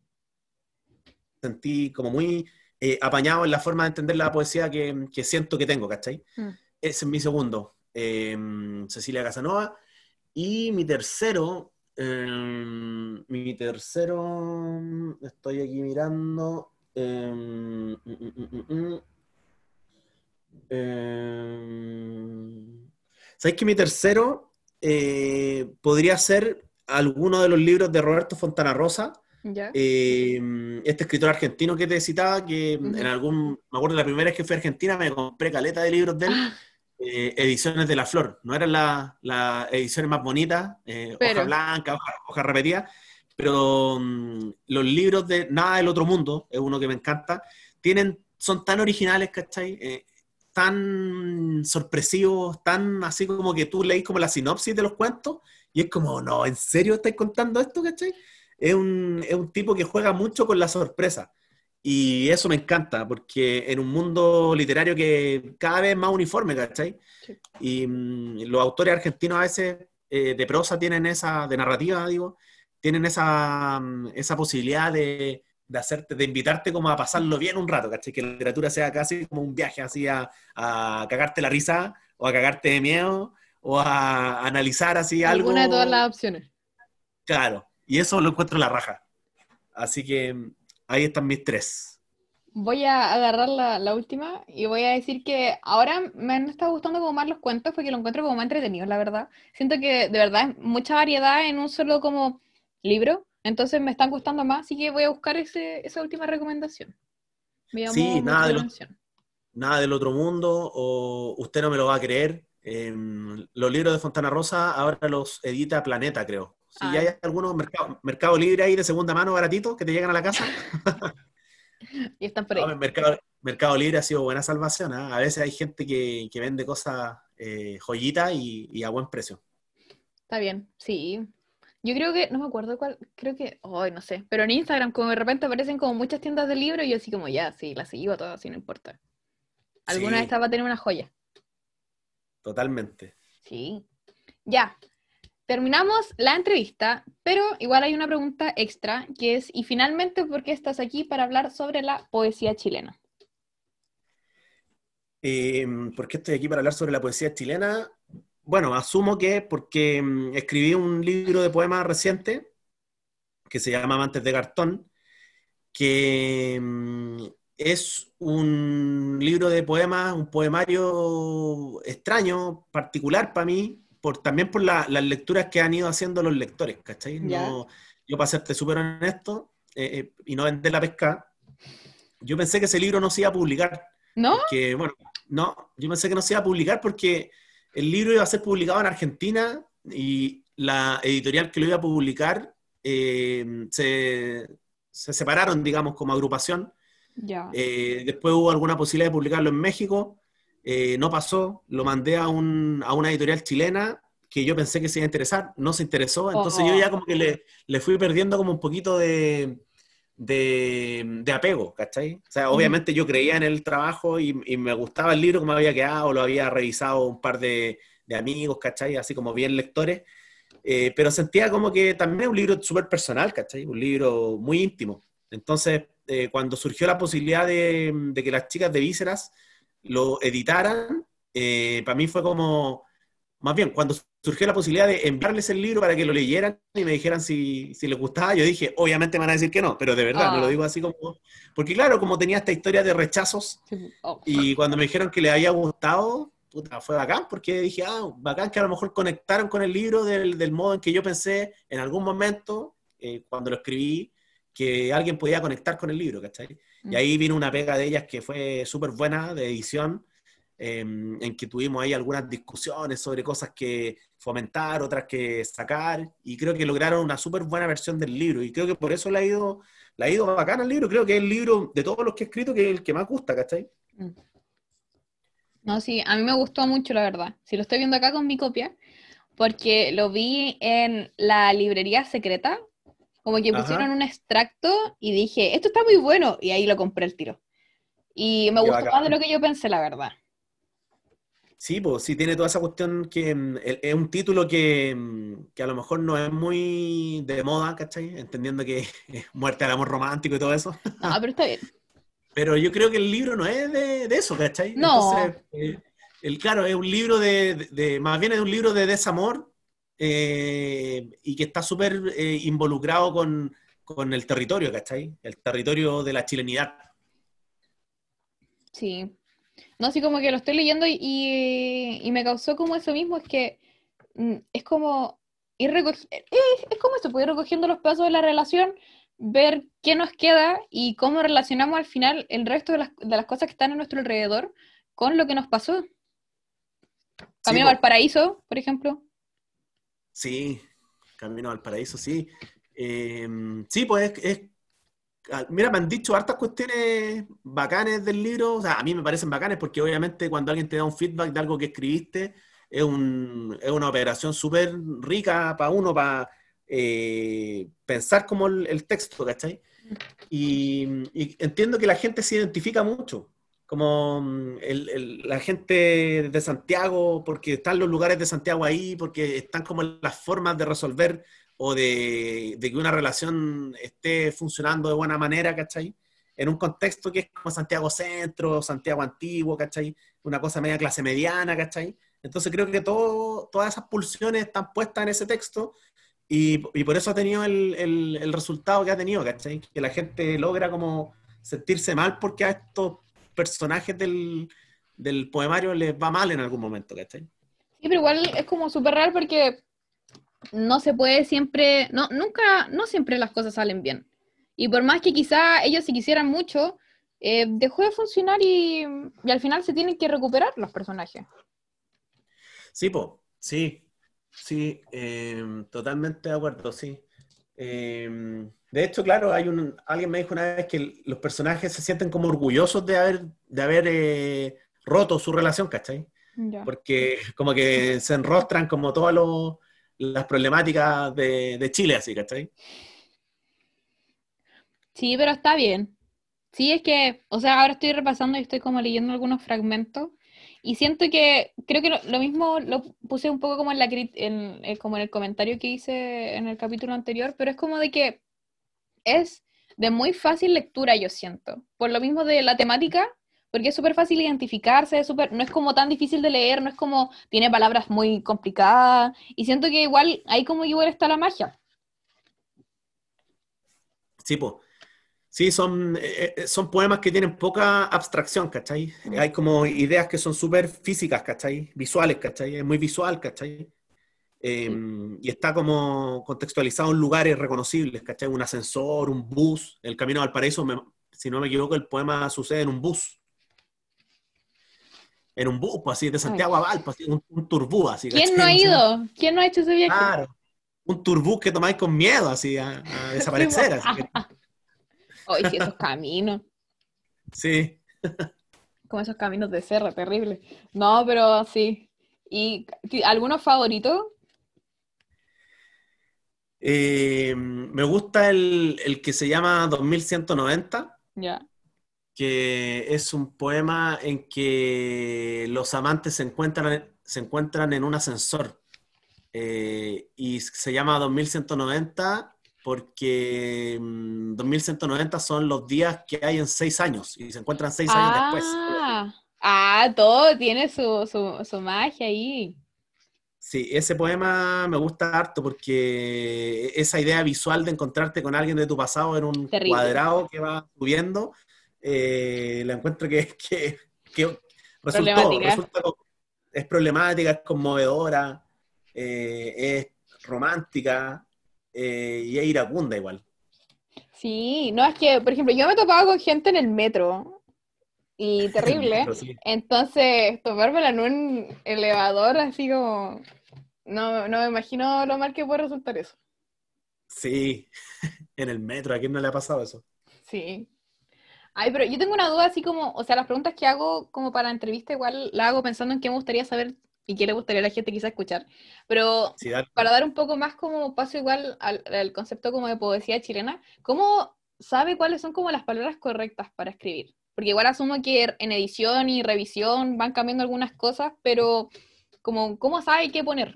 sentí como muy eh, apañado en la forma de entender la poesía que, que siento que tengo, ¿cachai? Mm. Ese es mi segundo, eh, Cecilia Casanova. Y mi tercero, eh, mi tercero, estoy aquí mirando. eh, mm, mm, mm, mm, mm, eh, ¿sabéis que mi tercero eh, podría ser alguno de los libros de Roberto Fontana Rosa? ¿Ya? Eh, este escritor argentino que te citaba, que en Ujú. algún, me acuerdo la primera vez que fui a Argentina, me compré caleta de libros de él, Ah, eh, ediciones de La Flor. No eran las las ediciones más bonitas, eh, hoja pero, blanca, hoja, hoja repetida, pero mm, los libros de Nada del Otro Mundo, es uno que me encanta, tienen, son tan originales, ¿cachai? Eh, tan sorpresivos, tan así como que tú leís como la sinopsis de los cuentos y es como, no, ¿en serio estáis contando esto, cachai? Es un, es un tipo que juega mucho con la sorpresa. Y eso me encanta, porque en un mundo literario que cada vez es más uniforme, ¿cachai? sí. Y mm, los autores argentinos a veces eh, de prosa tienen esa, de narrativa, digo, tienen esa, mm, esa posibilidad de, de hacerte, de invitarte como a pasarlo bien un rato, ¿cachai? Que la literatura sea casi como un viaje así a, a cagarte la risa, o a cagarte de miedo, o a analizar así Alguna de todas algo, las opciones. claro. Y eso lo encuentro la raja. Así que mm, ahí están mis tres. Voy a agarrar la, la última y voy a decir que ahora me han estado gustando como más los cuentos porque lo encuentro como más entretenido, la verdad. Siento que de verdad es mucha variedad en un solo como libro, entonces me están gustando más, así que voy a buscar ese, esa última recomendación. Me llamó Sí, mucho nada la del, ot- atención. nada del otro mundo, o usted no me lo va a creer. Eh, los libros de Fontana Rosa ahora los edita Planeta, creo. Si Ah, hay algunos mercado, mercado Libre ahí de segunda mano baratitos que te llegan a la casa, Y están por No, ahí. el mercado, Mercado Libre ha sido buena salvación, ¿ah? A veces hay gente que, que vende cosas eh, joyitas y, y a buen precio. Está bien, sí. Yo creo que, no me acuerdo cuál, creo que, ay, no sé, pero en Instagram como de repente aparecen como muchas tiendas de libros y yo así como, ya, sí, las sigo todas, así no importa. Alguna de Sí, estas va a tener una joya. totalmente. Sí. Ya, terminamos la entrevista, pero igual hay una pregunta extra que es, y finalmente, ¿por qué estás aquí para hablar sobre la poesía chilena? Eh, ¿por qué estoy aquí para hablar sobre la poesía chilena? Bueno, asumo que es porque mm, escribí un libro de poemas reciente que se llama Amantes de Cartón, que mm, es un libro de poemas, un poemario extraño, particular para mí, por, también por la- las lecturas que han ido haciendo los lectores, ¿cachai? ¿Ya? No, yo para serte súper honesto eh, eh, y no vender la pesca, yo pensé que ese libro no se iba a publicar, ¿No? porque, bueno, no, yo pensé que no se iba a publicar porque el libro iba a ser publicado en Argentina y la editorial que lo iba a publicar eh, se, se separaron, digamos, como agrupación. Ya. Eh, después hubo alguna posibilidad de publicarlo en México, eh, no pasó, lo mandé a, un, a una editorial chilena que yo pensé que se iba a interesar, no se interesó, entonces yo ya Oh, como que le, le fui perdiendo como un poquito de, de, de apego, ¿cachai? O sea, ujú, obviamente yo creía en el trabajo y, y me gustaba el libro como había quedado, lo había revisado un par de, de amigos, ¿cachai? Así como bien lectores, eh, pero sentía como que también es un libro súper personal, ¿cachai? Un libro muy íntimo. Entonces, eh, cuando surgió la posibilidad de, de que las chicas de Vísceras lo editaran, eh, para mí fue como, más bien, cuando surgió la posibilidad de enviarles el libro para que lo leyeran y me dijeran si, si les gustaba, yo dije, obviamente me van a decir que no, pero de verdad, no lo ah, digo así como, porque claro, como tenía esta historia de rechazos, sí, oh, y cuando me dijeron que les había gustado, puta, fue bacán, porque dije, ah, bacán que a lo mejor conectaron con el libro del, del modo en que yo pensé en algún momento, eh, cuando lo escribí, que alguien podía conectar con el libro, ¿cachai? Y mm, ahí vino una pega de ellas que fue súper buena, de edición, eh, en que tuvimos ahí algunas discusiones sobre cosas que fomentar, otras que sacar, y creo que lograron una súper buena versión del libro, y creo que por eso le ha ido, le ha ido bacán al libro, creo que es el libro de todos los que he escrito que es el que más gusta, ¿cachai? mm. No, sí, a mí me gustó mucho, la verdad. Si lo estoy viendo acá con mi copia, porque lo vi en la librería secreta, como que pusieron Ajá, un extracto y dije, esto está muy bueno, y ahí lo compré el tiro. Y me qué gustó más de bacán. lo que yo pensé, la verdad. Sí, pues sí tiene toda esa cuestión que mm, e- es un título que, mm, que a lo mejor no es muy de moda, ¿cachai? Entendiendo que es muerte al amor romántico y todo eso. No, pero está bien. Pero yo creo que el libro no es de, de eso, ¿cachai? No, Entonces, eh, el, claro, es un libro de, de- de- más bien es un libro de desamor eh, y que está súper eh, involucrado con, con el territorio, ¿cachai? El territorio de la chilenidad. sí. No, así como que lo estoy leyendo y, y, y me causó como eso mismo, es que mm, es como ir recogiendo, es, es como eso, pues ir recogiendo los pedazos de la relación, ver qué nos queda y cómo relacionamos al final el resto de las, de las cosas que están a nuestro alrededor con lo que nos pasó. Sí, Camino pues, al paraíso, por ejemplo. sí, Camino al Paraíso, sí. Eh, sí, pues es, es- ah, mira, me han dicho hartas cuestiones bacanes del libro, o sea, a mí me parecen bacanes porque obviamente cuando alguien te da un feedback de algo que escribiste, es, un, es una operación súper rica para uno, para eh, pensar como el, el texto, ¿cachai? Y, y entiendo que la gente se identifica mucho, como mm, el- el- la gente de Santiago, porque están los lugares de Santiago ahí, porque están como las formas de resolver o de, de que una relación esté funcionando de buena manera, ¿cachai? En un contexto que es como Santiago Centro, Santiago Antiguo, ¿cachai? Una cosa media clase mediana, ¿cachai? Entonces creo que todo, todas esas pulsiones están puestas en ese texto y, y por eso ha tenido el, el, el resultado que ha tenido, ¿cachai? Que la gente logra como sentirse mal porque a estos personajes del, del poemario les va mal en algún momento, ¿cachai? Sí, pero igual es como súper raro porque no se puede siempre, no, nunca, no siempre las cosas salen bien. Y por más que quizá ellos si quisieran mucho, eh, dejó de funcionar y, y al final se tienen que recuperar los personajes. Sí, po, sí, sí, eh, totalmente de acuerdo, sí. Eh, De hecho, claro, hay un, alguien me dijo una vez que los personajes se sienten como orgullosos de haber, de haber eh, roto su relación, ¿cachai? Ya. Porque como que se enrostran como todas los- las problemáticas de, de Chile, así, ¿cachai? Sí, pero está bien. Sí, es que, o sea, ahora estoy repasando y estoy como leyendo algunos fragmentos y siento que creo que lo, lo mismo lo puse un poco como en la crit- en, eh, como en el comentario que hice en el capítulo anterior, pero es como de que es de muy fácil lectura, yo siento. Por lo mismo de la temática, porque es súper fácil identificarse, es súper, no es como tan difícil de leer, no es como tiene palabras muy complicadas y siento que igual ahí como que igual está la magia. Sí, pues. Sí, son, eh, eh, son poemas que tienen poca abstracción, ¿cachai? Mm, Hay como ideas que son súper físicas, ¿cachai? Visuales, ¿cachai? Es muy visual, ¿cachai? Eh, sí. y está como contextualizado en lugares reconocibles, ¿cachai? Un ascensor, un bus. El Camino al Paraíso, me- si no me equivoco, el poema sucede en un bus. En un bus, pues así, de Ay. Santiago a Valpo, así, un, un turbú, así, ¿Quién no ¿cachai? ha ¿Cómo se llama? ido? ¿Quién no ha hecho ese viaje? Claro, un turbú que tomáis con miedo, así, a, a Sí, po. desaparecer, así que, Hoy sí, esos caminos, sí. como esos caminos de serra, terrible. No, pero sí. ¿Y ti- algunos favoritos? Eh, me gusta el, el que se llama dos mil ciento noventa, Ya. que es un poema en que los amantes se encuentran, se encuentran en un ascensor. Eh, y se llama dos mil ciento noventa porque mm, dos mil ciento noventa son los días que hay en seis años y se encuentran seis años después. Ah, ah, todo tiene su, su, su magia ahí. Sí, ese poema me gusta harto porque esa idea visual de encontrarte con alguien de tu pasado en un Terrible. cuadrado que va subiendo, eh, la encuentro que, que, que resultó, Problemática. resulta, co- es problemática, es conmovedora, eh, es romántica, eh, y es iracunda igual. Sí, no, es que, por ejemplo, yo me he topado con gente en el metro y El terrible. metro, sí. Entonces, topármela en un elevador así como. No, no me imagino lo mal que puede resultar eso. Sí, en el metro, ¿a quién no le ha pasado eso? Sí. Ay, pero yo tengo una duda así como, o sea, las preguntas que hago como para entrevista igual las hago pensando en qué me gustaría saber y qué le gustaría a la gente quizá escuchar. Pero Sí, dale. para dar un poco más como paso igual al, al concepto como de poesía chilena, ¿cómo sabe cuáles son como las palabras correctas para escribir? Porque igual asumo que en edición y revisión van cambiando algunas cosas, pero como, ¿cómo sabe qué poner?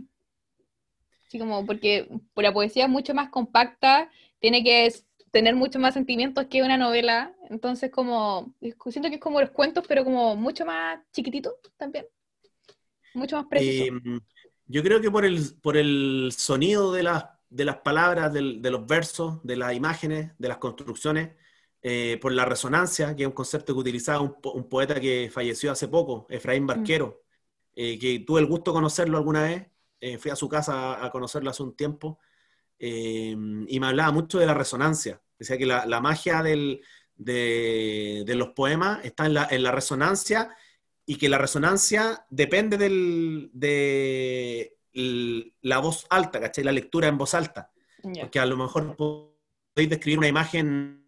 Así como, porque la poesía es mucho más compacta, tiene que es- tener mucho más sentimientos que una novela, entonces como, es- siento que es como los cuentos, pero como mucho más chiquitito también, mucho más Eh, preciso. yo creo que por el, por el sonido de las, de las palabras, del- de los versos, de las imágenes, de las construcciones, eh, por la resonancia, que es un concepto que utilizaba un, po- un poeta que falleció hace poco, Efraín Mm, Barquero, eh, que tuve el gusto de conocerlo alguna vez, eh, fui a su casa a, a conocerlo hace un tiempo, eh, y me hablaba mucho de la resonancia. Decía que la, la magia del- de, de los poemas está en la, en la resonancia y que la resonancia depende del, de l- la voz alta, ¿cachai? La lectura en voz alta. ya. Porque a lo mejor podéis describir una imagen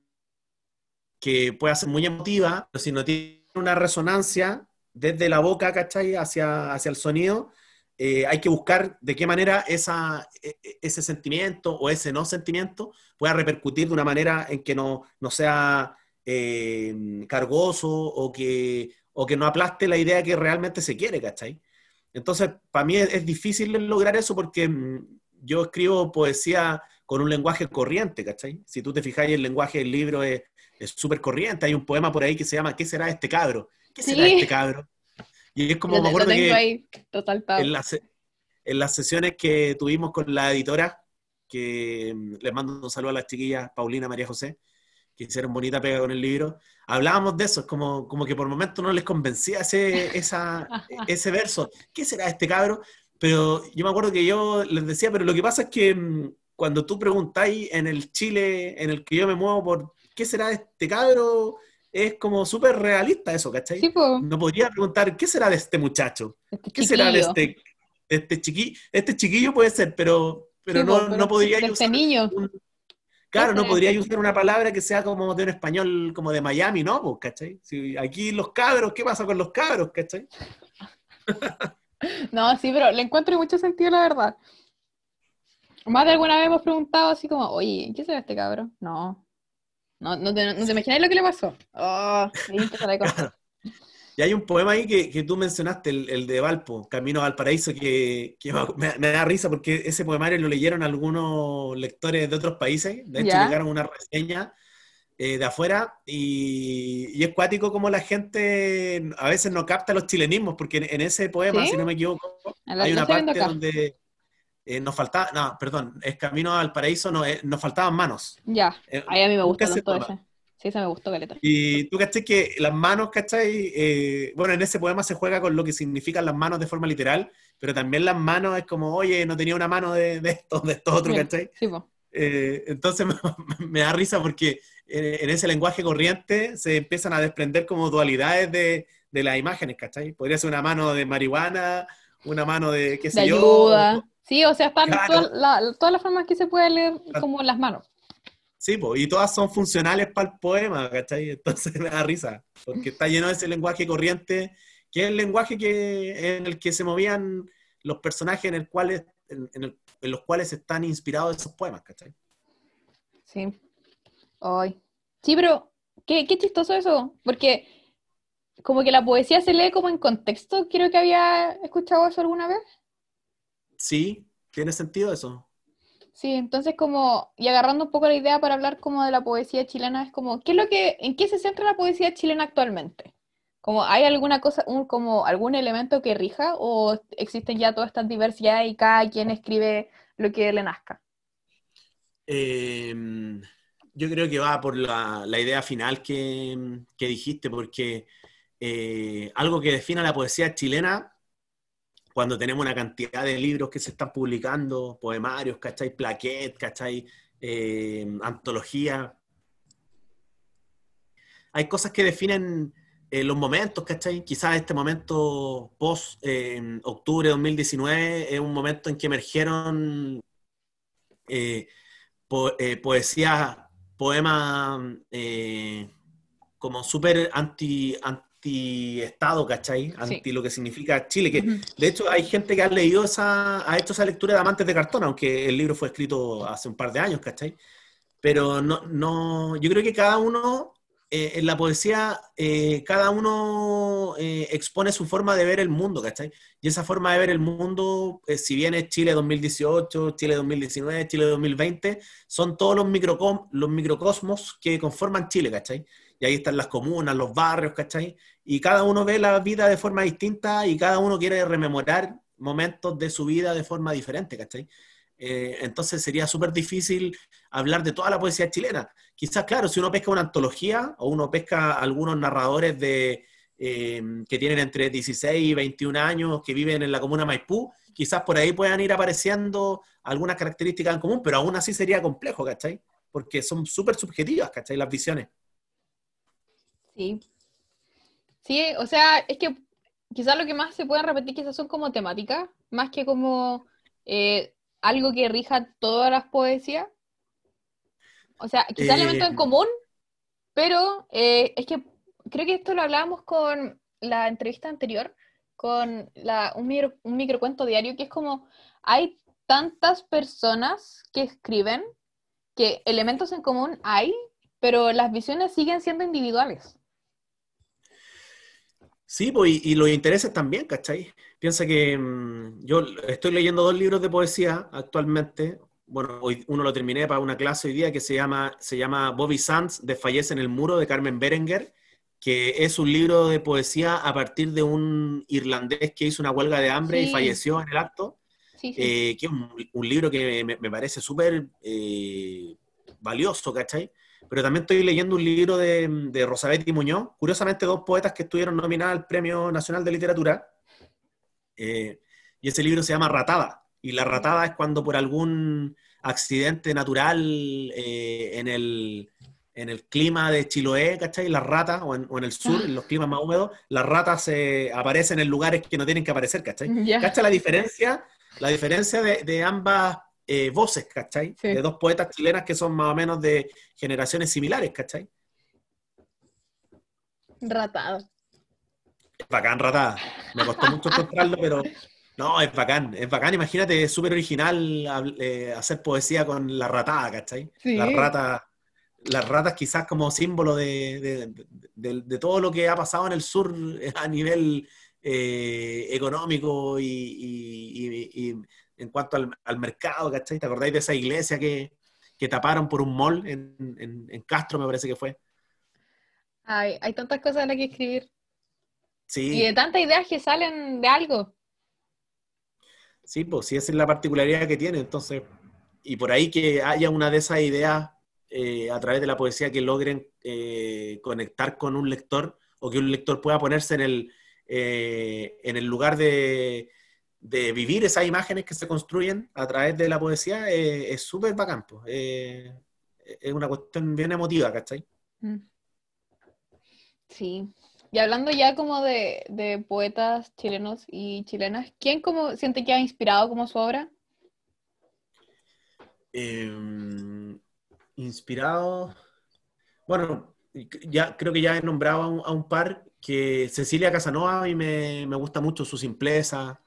que pueda ser muy emotiva, pero si no tiene una resonancia desde la boca, ¿cachai? Hacia, hacia el sonido, eh, hay que buscar de qué manera esa, e- e- ese sentimiento o ese no sentimiento pueda repercutir de una manera en que no, no sea eh, cargoso o que, o que no aplaste la idea que realmente se quiere, ¿cachai? Entonces, para mí es, es difícil lograr eso porque mm, yo escribo poesía con un lenguaje corriente, ¿cachai? Si tú te fijas, el lenguaje del libro es es súper corriente. Hay un poema por ahí que se llama ¿Qué será este cabro? ¿Qué será este Sí, cabro? Y es como, lo, me te- lo acuerdo tengo que ahí resaltado. en las, en las sesiones que tuvimos con la editora, que mm, les mando un saludo a las chiquillas, Paulina, María José, que hicieron bonita pega con el libro, hablábamos de eso, es como, como que por momentos no les convencía ese, esa, ese verso, ¿qué será este cabro? Pero yo me acuerdo que yo les decía, pero lo que pasa es que mm, cuando tú preguntáis en el Chile en el que yo me muevo por ¿qué será este cabro? Es como súper realista eso, ¿cachai? Sí, pues, No podría preguntar, ¿qué será de este muchacho? este ¿Qué será de chiquillo. este, de este chiquillo? Este chiquillo puede ser, pero, Sí, pero pues, no, no pero podría de yo este usar niño. Claro, Ese no es el podría punto. usar una palabra que sea como de un español como de Miami, ¿no? Pues, ¿cachai? Si aquí los cabros, ¿qué pasa con los cabros, cachai? No, sí, pero le encuentro mucho sentido, la verdad. Más de alguna vez hemos preguntado así como, oye, ¿qué será este cabrón? No, no, no te, no te Sí, imagináis lo que le pasó. Oh, y ahí empieza a contar. claro. Y hay un poema ahí que, que tú mencionaste, el, el de Valpo, Camino a Valparaíso, que, que me, me da risa porque ese poemario lo leyeron algunos lectores de otros países. De hecho, ¿Ya? llegaron una reseña eh, de afuera y, y es cuático como la gente a veces no capta los chilenismos, porque en, en ese poema, ¿Sí? si no me equivoco, Lo, hay lo una estoy viendo parte acá. donde eh, nos faltaba, no, perdón, es Camino al Paraíso, no, eh, nos faltaban manos. Ya. Eh, Ay, a mí me busca gusta ese tanto poema. ese. Sí, ese me gustó, caleta. Y tú cachai que las manos, ¿cachai? Eh, bueno, en ese poema se juega con lo que significan las manos de forma literal, pero también las manos es como, oye, no tenía una mano de, de esto, de esto otro, Bien, ¿cachai? sí, po. Eh, entonces me, me da risa porque en, en ese lenguaje corriente se empiezan a desprender como dualidades de, de las imágenes, ¿cachai? Podría ser una mano de marihuana, una mano de qué De sé yo, o, ayuda. Sí, o sea, están todas claro, la- todas las formas que se puede leer como en las manos. sí, po, y todas son funcionales para el poema, ¿cachai? Entonces me da risa, porque está lleno de ese lenguaje corriente, que es el lenguaje que, en el que se movían los personajes en, el cuales, en, en el- en los cuales están inspirados esos poemas, ¿cachai? Sí. Ay. Sí, pero qué, qué chistoso eso. Porque como que la poesía se lee como en contexto. Creo que había escuchado eso alguna vez. Sí, tiene sentido eso. Sí, entonces como, y agarrando un poco la idea para hablar como de la poesía chilena, es como, ¿qué es lo que, en qué se centra la poesía chilena actualmente? Como, ¿hay alguna cosa, un, como algún elemento que rija o existen ya todas estas diversidades y cada quien escribe lo que le nazca? Eh, yo creo que va por la, la idea final que, que dijiste, porque eh, algo que define a la poesía chilena, cuando tenemos una cantidad de libros que se están publicando, poemarios, ¿cachai? Plaquet, ¿cachai? Eh, antología. Hay cosas que definen eh, los momentos, ¿cachai? Quizás este momento post eh, octubre de dos mil diecinueve es un momento en que emergieron eh, po- eh, poesías, poemas eh, como súper anti, anti-estado, ¿cachai? Sí. Anti lo que significa Chile, que Ujú. de hecho hay gente que ha leído esa, ha hecho esa lectura de Amantes de Cartón, aunque el libro fue escrito hace un par de años, ¿cachai? Pero no, no, yo creo que cada uno, eh, en la poesía, eh, cada uno eh, expone su forma de ver el mundo, ¿cachai? Y esa forma de ver el mundo, eh, si bien es Chile dos mil dieciocho, Chile dos mil diecinueve, Chile dos mil veinte, son todos los, microcom los microcosmos que conforman Chile, ¿cachai? Y ahí están las comunas, los barrios, ¿cachai? Y cada uno ve la vida de forma distinta y cada uno quiere rememorar momentos de su vida de forma diferente, ¿cachai? Eh, entonces sería súper difícil hablar de toda la poesía chilena. Quizás, claro, si uno pesca una antología o uno pesca algunos narradores de, eh, que tienen entre dieciséis y veintiún años, que viven en la comuna Maipú, quizás por ahí puedan ir apareciendo algunas características en común, pero aún así sería complejo, ¿cachai? Porque son súper subjetivas, ¿cachai? Las visiones. Sí. Sí, o sea, es que quizás lo que más se pueden repetir quizás son como temáticas, más que como eh, algo que rija todas las poesías. O sea, quizás Eh, elementos en común, pero eh, es que creo que esto lo hablábamos con la entrevista anterior, con la, un, micro, un microcuento diario, que es como, hay tantas personas que escriben que elementos en común hay, pero las visiones siguen siendo individuales. Sí, pues, y, y los intereses también, ¿cachai? Piensa que mm, yo estoy leyendo dos libros de poesía actualmente. Bueno, hoy uno lo terminé para una clase hoy día que se llama, se llama Bobby Sands, Desfallece en el muro, de Carmen Berenguer, que es un libro de poesía a partir de un irlandés que hizo una huelga de hambre y Sí, falleció en el acto, sí, sí. eh, que es un, un libro que me, me parece súper eh, valioso, ¿cachai? Pero también estoy leyendo un libro de, de Rosabetti Muñoz, curiosamente dos poetas que estuvieron nominadas al Premio Nacional de Literatura, eh, y ese libro se llama Ratada, y la ratada es cuando por algún accidente natural eh, en, el, en el clima de Chiloé, ¿cachai? Las ratas, o en, o en el sur, en los climas más húmedos, las ratas se aparecen en lugares que no tienen que aparecer, ¿cachai? Ya. ¿Cacha la diferencia? La diferencia de, de ambas eh, voces, ¿cachai? Sí. De dos poetas chilenas que son más o menos de generaciones similares, ¿cachai? Ratado. Es bacán, Ratada. Me costó mucho encontrarlo, pero no, es bacán, es bacán. Imagínate, es súper original hab- eh, hacer poesía con la ratada, ¿cachai? Las Sí. ratas, las ratas quizás como símbolo de, de- de- de- de todo lo que ha pasado en el sur a nivel eh, económico y, y- y- y en cuanto al, al mercado, ¿cachai? ¿Te acordáis de esa iglesia que, que taparon por un mall en, en- en Castro, me parece que fue? Hay, hay tantas cosas en las que escribir. Y de Sí, tantas ideas que salen de algo. sí, pues sí, esa es la particularidad que tiene. Entonces, y por ahí que haya una de esas ideas eh, a través de la poesía que logren eh, conectar con un lector o que un lector pueda ponerse en el, eh, en el lugar de, de vivir esas imágenes que se construyen a través de la poesía, eh, es súper bacán, pues. Eh, es una cuestión bien emotiva, ¿cachai? Mm. Sí. Y hablando ya como de, de poetas chilenos y chilenas, ¿quién como siente que ha inspirado como su obra? Eh, inspirado. Bueno, ya creo que ya he nombrado a un, a un par que Cecilia Casanova a mí me, me gusta mucho su simpleza,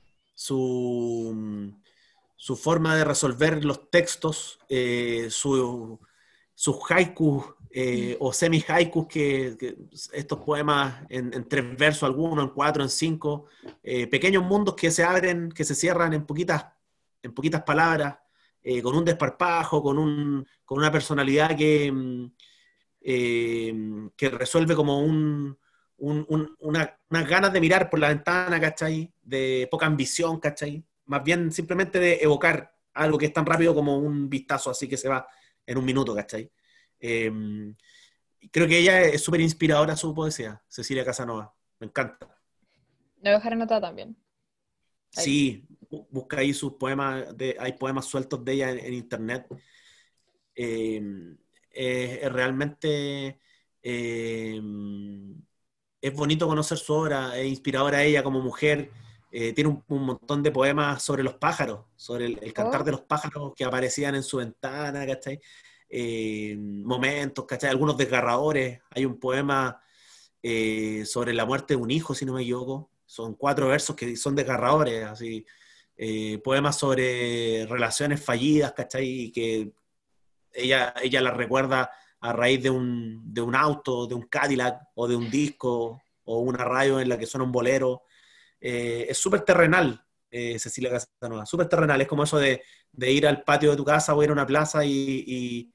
su, su forma de resolver los textos, eh, su, sus haikus Mm. eh, o semi-haikus, que, que estos poemas en, en tres versos, algunos en cuatro, en cinco, eh, pequeños mundos que se abren, que se cierran en poquitas, en poquitas palabras, eh, con un desparpajo, con, un, con una personalidad que... mm, eh, que resuelve como un, un, un, una, unas ganas de mirar por la ventana, ¿cachai? De poca ambición, ¿cachai? Más bien simplemente de evocar algo que es tan rápido como un vistazo así que se va en un minuto, ¿cachai? Eh, creo que ella es súper inspiradora su poesía, Cecilia Casanova, me encanta. Lo voy a dejar anotado también. Ahí. Sí, bu- busca ahí sus poemas, de, hay poemas sueltos de ella en, en internet. Eh, es, es realmente eh, es bonito conocer su obra, es inspiradora ella como mujer. Eh, tiene un, un montón de poemas sobre los pájaros, sobre el, el cantar Oh, de los pájaros que aparecían en su ventana, ¿cachai? Eh, momentos, ¿cachai? Algunos desgarradores. Hay un poema eh, sobre la muerte de un hijo, si no me equivoco. Son cuatro versos que son desgarradores, así. Eh, poemas sobre relaciones fallidas, ¿cachai? Y que ella, ella la recuerda a raíz de un, de un auto, de un Cadillac o de un disco o una radio en la que suena un bolero. Eh, es súper terrenal, eh, Cecilia Casanova, súper terrenal. Es como eso de, de, ir al patio de tu casa o ir a una plaza y, y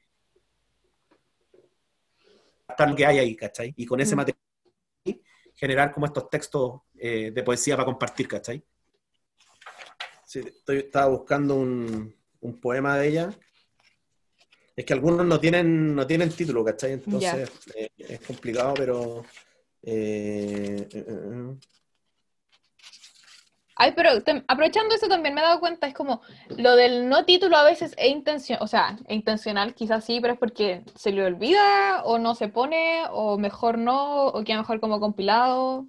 captar lo que hay ahí, ¿cachai? Y con ese mm. material generar como estos textos eh, de poesía para compartir, ¿cachai? Sí, estoy, estaba buscando un, un poema de ella. Es que algunos no tienen, no tienen título, ¿cachai? Ya. Entonces eh, es complicado, pero... eh, eh, eh, Ay, pero tem- aprovechando eso también me he dado cuenta, es como lo del no título a veces es intención, o sea, es intencional quizás sí, pero es porque se le olvida o no se pone o mejor no o queda mejor como compilado.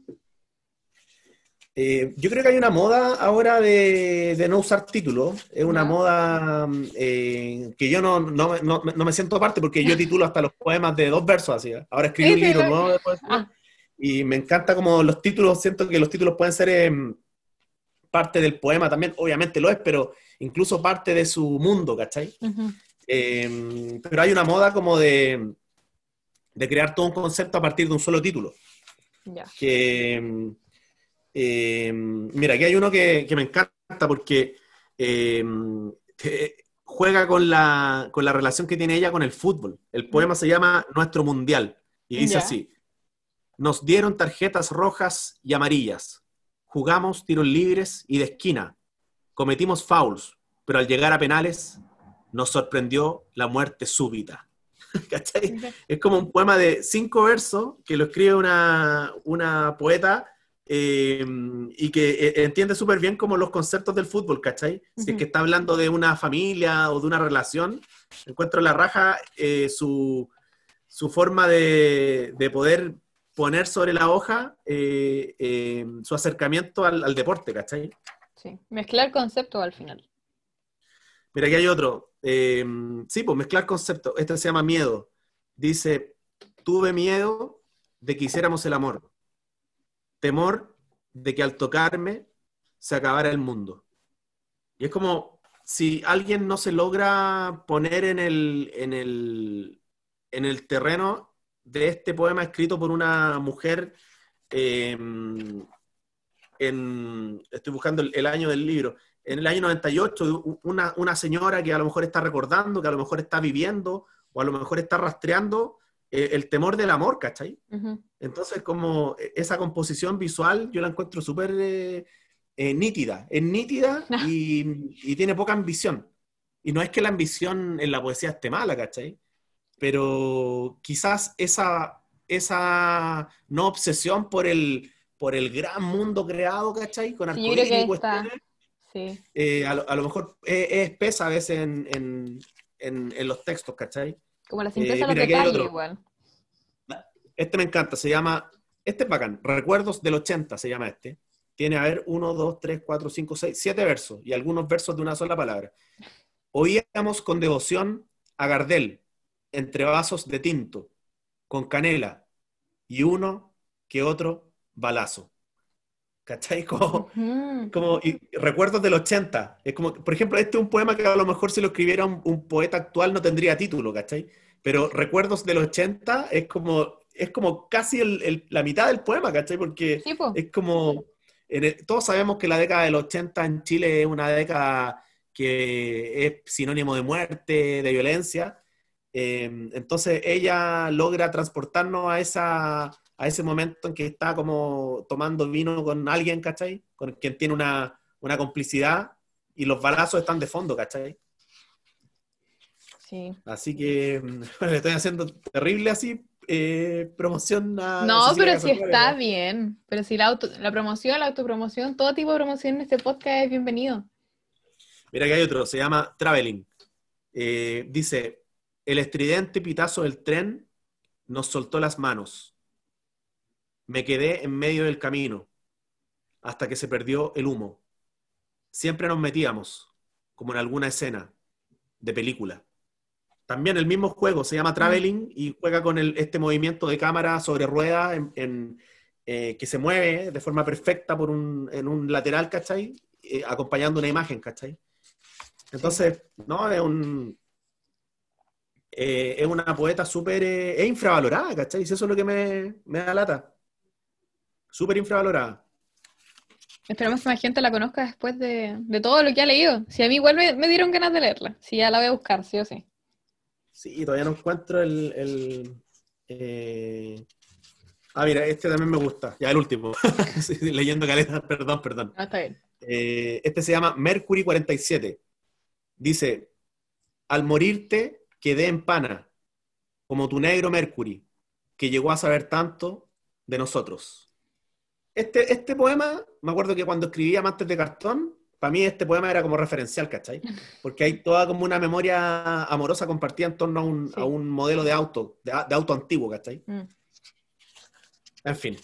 eh, yo creo que hay una moda ahora de, de no usar títulos. Es una ¿Ya? moda eh, que yo no, no, me- no, no me siento parte porque yo titulo hasta los poemas de dos versos así. ¿Eh? Ahora escribí Sí, un sí, libro lo... nuevo de poesía Ah, y me encanta como los títulos, siento que los títulos pueden ser... em, parte del poema también, obviamente lo es, pero incluso parte de su mundo, ¿cachai? ujú, Eh, pero hay una moda como de, de, crear todo un concepto a partir de un solo título. ya. Que, eh, mira, aquí hay uno que, que me encanta porque eh, que juega con la, con la relación que tiene ella con el fútbol. El Mm, poema se llama Nuestro Mundial y dice ya. así: nos dieron tarjetas rojas y amarillas, jugamos tiros libres y de esquina, cometimos fouls, pero al llegar a penales nos sorprendió la muerte súbita. ¿Cachai? Ya. Es como un poema de cinco versos que lo escribe una, una poeta eh, y que eh, entiende súper bien como los conceptos del fútbol, ¿cachai? Si es que Ujú. está hablando de una familia o de una relación, encuentro en la raja eh, su, su forma de, de poder poner sobre la hoja eh, eh, su acercamiento al, al deporte, ¿cachai? Sí. Mezclar conceptos al final. Mira, aquí hay otro. Eh, sí, pues mezclar conceptos. Este se llama miedo. Dice, tuve miedo de que hiciéramos el amor. Temor de que al tocarme se acabara el mundo. Y es como si alguien no se logra poner en el, en el, en el terreno de este poema escrito por una mujer, eh, en, estoy buscando el, el año del libro, en el año noventa y ocho, una, una señora que a lo mejor está recordando, que a lo mejor está viviendo, o a lo mejor está rastreando eh, el temor del amor, ¿cachai? Ujú. Entonces, como esa composición visual, yo la encuentro súper eh, eh, nítida, es nítida y, y tiene poca ambición. Y no es que la ambición en la poesía esté mala, ¿cachai? Pero quizás esa, esa no obsesión por el, por el gran mundo creado, ¿cachai? Con Sí, yo creo arcoíris que y está, cuestiones, sí, eh, a, lo, a lo mejor es, es espesa a veces en, en, en, en los textos, ¿cachai? como la simpleza Eh, de los mira, aquí hay detalles otro. igual. Este me encanta, se llama, este es bacán, Recuerdos del ochenta se llama este. Tiene, a ver, uno, dos, tres, cuatro, cinco, seis, siete versos, y algunos versos de una sola palabra. Oíamos con devoción a Gardel, entre vasos de tinto, con canela, y uno que otro balazo. ¿Cachai? Como, Ujú. como y recuerdos del ochenta. Es como, por ejemplo, este es un poema que a lo mejor si lo escribiera un, un poeta actual no tendría título, ¿cachai? Pero recuerdos del ochenta es como, es como casi el- el- la mitad del poema, ¿cachai? Porque Sí, pues. es como, en el- todos sabemos que la década del ochenta en Chile es una década que es sinónimo de muerte, de violencia. Eh, entonces ella logra transportarnos a esa, a ese momento en que está como tomando vino con alguien, ¿cachai? Con quien tiene una, una complicidad y los balazos están de fondo, ¿cachai? Sí. Así que mm, bueno, le estoy haciendo terrible así eh, promoción a No, Cecilia pero sí Casanova, está pero bien. Pero si la auto, la promoción, la autopromoción, todo tipo de promoción en este podcast es bienvenido. mira que hay otro, se llama Traveling. Eh, dice, el estridente pitazo del tren nos soltó las manos. Me quedé en medio del camino hasta que se perdió el humo. Siempre nos metíamos, como en alguna escena de película. También el mismo juego se llama Mm, Traveling y juega con el, este movimiento de cámara sobre ruedas en, en, eh, que se mueve de forma perfecta por un, en un lateral, ¿cachai? Eh, acompañando una imagen, ¿cachai? sí. Entonces, no, es un, eh, es una poeta súper, eh, es infravalorada, ¿cachai? Y eso es lo que me, me da lata. Súper infravalorada. Esperamos que más gente la conozca después de, de todo lo que ha leído. Si a mí igual me, me dieron ganas de leerla. Si ya la voy a buscar, sí o sí. Sí, todavía no encuentro el... el eh, Ah, mira, este también me gusta. Ya, el último. Sí, leyendo caleta, perdón, perdón. No, está bien. Eh, este se llama Mercury cuarenta y siete. Dice, al morirte quedé en pana, como tu negro Mercury, que llegó a saber tanto de nosotros. Este, este poema, me acuerdo que cuando escribía Amantes de Cartón, para mí este poema era como referencial, ¿cachai? Porque hay toda como una memoria amorosa compartida en torno a un, a Sí. un modelo de auto, de, de auto antiguo, ¿cachai? Mm. En fin.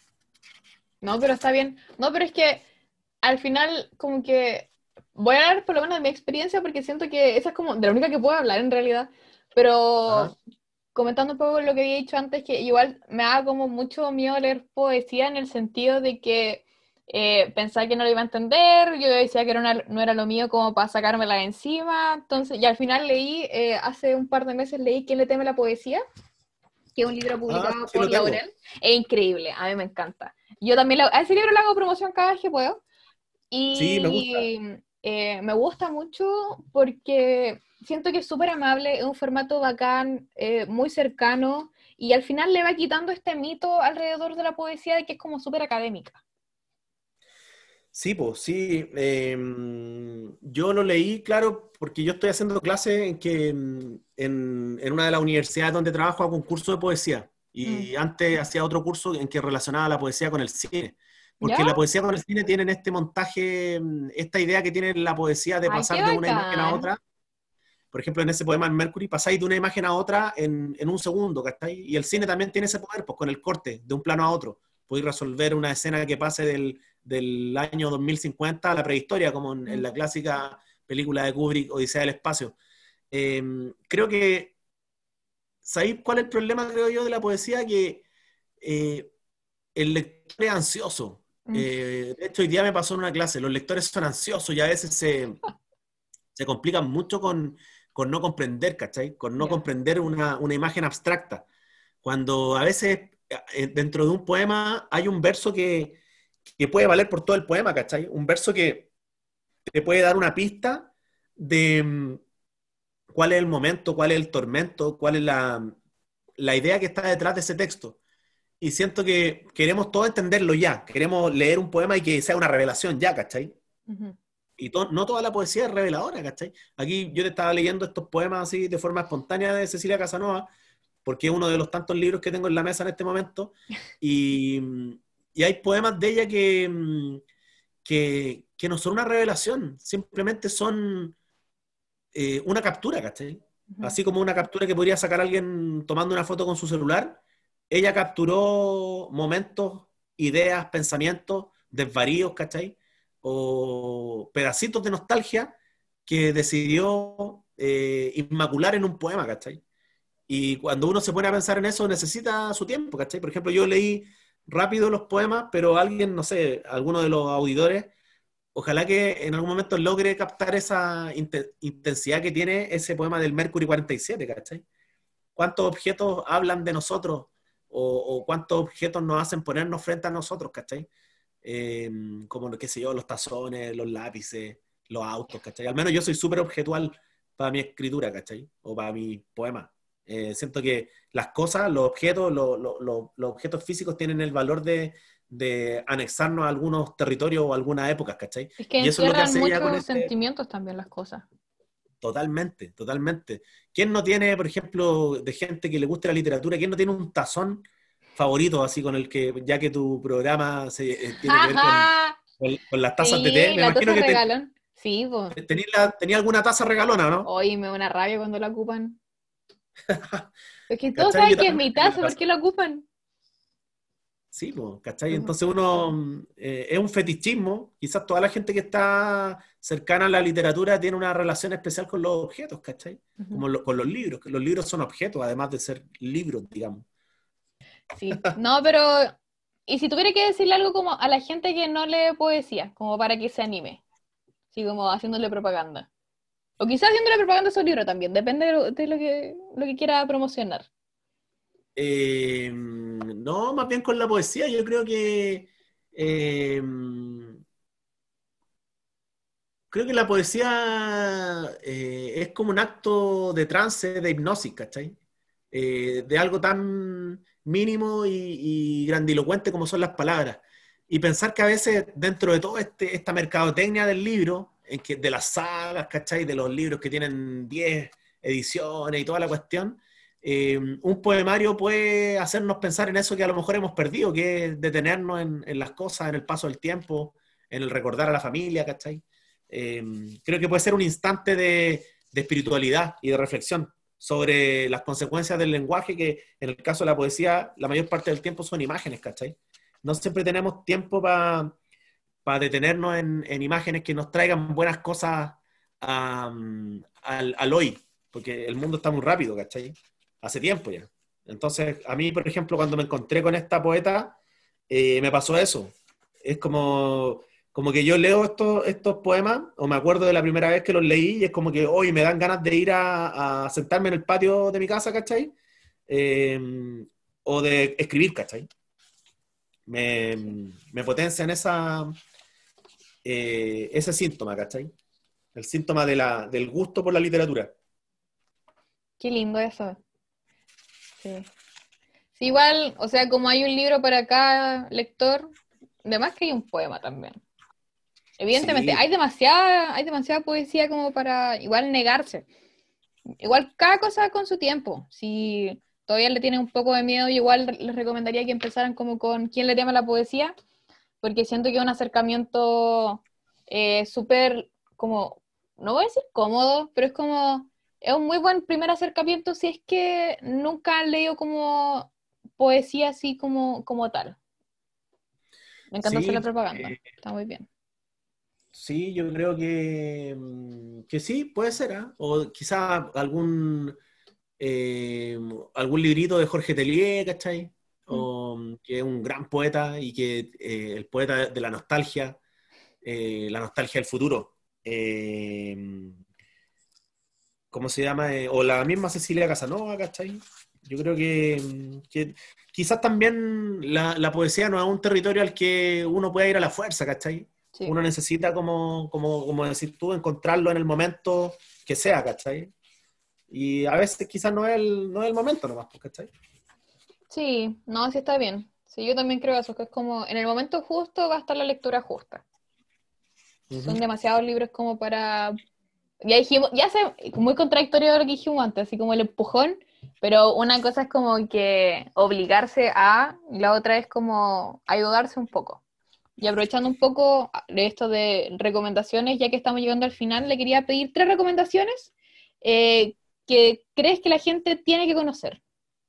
No, pero está bien. No, pero es que al final, como que voy a hablar por lo menos de mi experiencia porque siento que esa es como de la única que puedo hablar en realidad. Ajá. Pero comentando un poco lo que había dicho antes, que igual me da como mucho miedo leer poesía en el sentido de que eh, pensaba que no lo iba a entender, yo decía que era una- no era lo mío como para sacármela de encima, entonces, y al final leí, eh, hace un par de meses leí ¿Quién le teme la poesía? Que es un libro Ah, publicado sí por lo tengo. Laurel. Es increíble, a mí me encanta. Yo también le- a ese libro le hago promoción cada vez que puedo. Sí, me gusta. Y eh, me gusta mucho porque siento que es súper amable, es un formato bacán, eh, muy cercano, y al final le va quitando este mito alrededor de la poesía de que es como súper académica. Sí, pues sí. eh, yo lo leí, claro, porque yo estoy haciendo clases en que mm, en, en una de las universidades donde trabajo hago un curso de poesía. Mm. Y antes hacía otro curso en que relacionaba la poesía con el cine. ¿Ya? Porque la poesía con el cine tienen este montaje, mm, esta idea que tiene la poesía de Ay, qué pasar de una imagen a bacán. otra. Por ejemplo, en ese poema en Mercury, pasáis de una imagen a otra en, en un segundo, ¿cachai? Y el cine también tiene ese poder, pues con el corte, de un plano a otro. Podéis resolver una escena que pase del, del año dos mil cincuenta a la prehistoria, como en, en Mm. la clásica película de Kubrick, Odisea del Espacio. Eh, creo que, ¿sabéis cuál es el problema, creo yo, de la poesía? Que eh, el lector es ansioso. Mm, Eh, de hecho, hoy día me pasó en una clase, los lectores son ansiosos y a veces se, se complican mucho con, con no comprender, ¿cachai? Con no ya. comprender una, una imagen abstracta. Cuando a veces eh, dentro de un poema hay un verso que, que puede valer por todo el poema, ¿cachai? Un verso que te puede dar una pista de mm, cuál es el momento, cuál es el tormento, cuál es la, la idea que está detrás de ese texto. Y siento que queremos todo entenderlo ya, queremos leer un poema y que sea una revelación ya, ¿cachai? Ujú. Y to- no toda la poesía es reveladora, ¿cachai? Aquí yo te estaba leyendo estos poemas así de forma espontánea de Cecilia Casanova, porque es uno de los tantos libros que tengo en la mesa en este momento, y, y hay poemas de ella que, mm, que, que no son una revelación, simplemente son eh, una captura, ¿cachai? Ujú. Así como una captura que podría sacar alguien tomando una foto con su celular, ella capturó momentos, ideas, pensamientos, desvaríos, ¿cachai? O pedacitos de nostalgia que decidió eh, inmacular en un poema, ¿cachai? Y cuando uno se pone a pensar en eso, necesita su tiempo, ¿cachai? Por ejemplo, yo leí rápido los poemas, pero alguien, no sé, alguno de los auditores, ojalá que en algún momento logre captar esa inte- intensidad que tiene ese poema del Mercury cuarenta y siete, ¿cachai? ¿Cuántos objetos hablan de nosotros? O, o cuántos objetos nos hacen ponernos frente a nosotros, ¿cachai? Eh, como, qué sé yo, los tazones, los lápices, los autos, ¿cachai? Al menos yo soy súper objetual para mi escritura, ¿cachai? O para mi poema. Eh, siento que las cosas, los objetos, lo- lo- lo- los objetos físicos tienen el valor de, de anexarnos a algunos territorios o algunas épocas, ¿cachai? Es que Y eso es lo que encierran hace ella con muchos ese. sentimientos también las cosas. Totalmente, totalmente. ¿Quién no tiene, por ejemplo, de gente que le guste la literatura, quién no tiene un tazón favorito, así con el que, ya que tu programa se, eh, tiene que ver con, ¡Ja, ja! con, con las tazas de té, Sí, me la imagino taza que te, regalón. Sí, pues. tenía, la- tenía alguna taza regalona, ¿no? Hoy me da una rabia cuando la ocupan. Es que todos ¿Cachai? saben Yo que es también mi tengo una taza, ¿por qué taza. la ocupan? Sí, pues, ¿cachai? Ujú. Entonces uno, mm, eh, es un fetichismo, quizás toda la gente que está cercana a la literatura tiene una relación especial con los objetos, ¿cachai? Ujú. Como lo- con los libros, que los libros son objetos, además de ser libros, digamos. Sí. No, pero. ¿Y si tuviera que decirle algo como a la gente que no lee poesía, como para que se anime? Así como haciéndole propaganda. O quizás haciéndole propaganda a su libro también, depende de lo, de lo que, lo que quiera promocionar. Eh, no, más bien con la poesía, yo creo que eh, creo que la poesía eh, es como un acto de trance, de hipnosis, ¿cachai? Eh, de algo tan mínimo y, y grandilocuente como son las palabras. Y pensar que a veces dentro de toda este, esta mercadotecnia del libro, en que, de las sagas, ¿cachai? De los libros que tienen diez ediciones y toda la cuestión, eh, un poemario puede hacernos pensar en eso que a lo mejor hemos perdido, que es detenernos en, en las cosas, en el paso del tiempo, en el recordar a la familia, ¿cachai? Eh, creo que puede ser un instante de, de espiritualidad y de reflexión sobre las consecuencias del lenguaje, que en el caso de la poesía, la mayor parte del tiempo son imágenes, ¿cachai? No siempre tenemos tiempo para pa detenernos en, en, imágenes que nos traigan buenas cosas um, al, al, hoy, porque el mundo está muy rápido, ¿cachai? Hace tiempo ya. Entonces, a mí, por ejemplo, cuando me encontré con esta poeta, eh, me pasó eso. Es como, como que yo leo estos, estos poemas, o me acuerdo de la primera vez que los leí, y es como que hoy me dan ganas de ir a, a sentarme en el patio de mi casa, ¿cachai? Eh, o de escribir, ¿cachai? Me, Sí. me potencia en esa, eh, ese síntoma, ¿cachai? El síntoma de la, del gusto por la literatura. Qué lindo eso. Sí. Sí, igual, o sea, como hay un libro para cada lector, además que hay un poema también. Evidentemente, Sí, hay demasiada, hay demasiada poesía como para igual negarse. Igual cada cosa con su tiempo. Si todavía le tienen un poco de miedo, yo igual les recomendaría que empezaran como con ¿Quién le llama la poesía? Porque siento que es un acercamiento eh, súper como, no voy a decir cómodo, pero es como, es un muy buen primer acercamiento si es que nunca han leído como poesía así como, como tal. Me encanta hacer la sí. propaganda, eh, está muy bien. Sí, yo creo que, mm, que sí, puede ser, ¿ah? O quizá algún, eh, algún librito de Jorge Teillier, ¿cachai? Mm. O, mm, que es un gran poeta y que eh, el poeta de la nostalgia, eh, la nostalgia del futuro. Eh, ¿Cómo se llama? Eh, o la misma Cecilia Casanova, ¿cachai? Yo creo que, mm, que quizás también la, la poesía no es un territorio al que uno pueda ir a la fuerza, ¿cachai? Sí. Uno necesita, como, como, como decir tú, encontrarlo en el momento que sea, ¿cachai? Y a veces quizás no es el, no es el momento nomás, pues, ¿cachai? Sí, no, sí está bien. Sí, yo también creo eso, que es como en el momento justo va a estar la lectura justa. Ujú. Son demasiados libros como para... Ya dijimos, ya sé, muy contradictorio de lo que dijimos antes, así como el empujón, pero una cosa es como que obligarse a, y la otra es como ayudarse un poco. Y aprovechando un poco de esto de recomendaciones, ya que estamos llegando al final, le quería pedir tres recomendaciones eh, que crees que la gente tiene que conocer.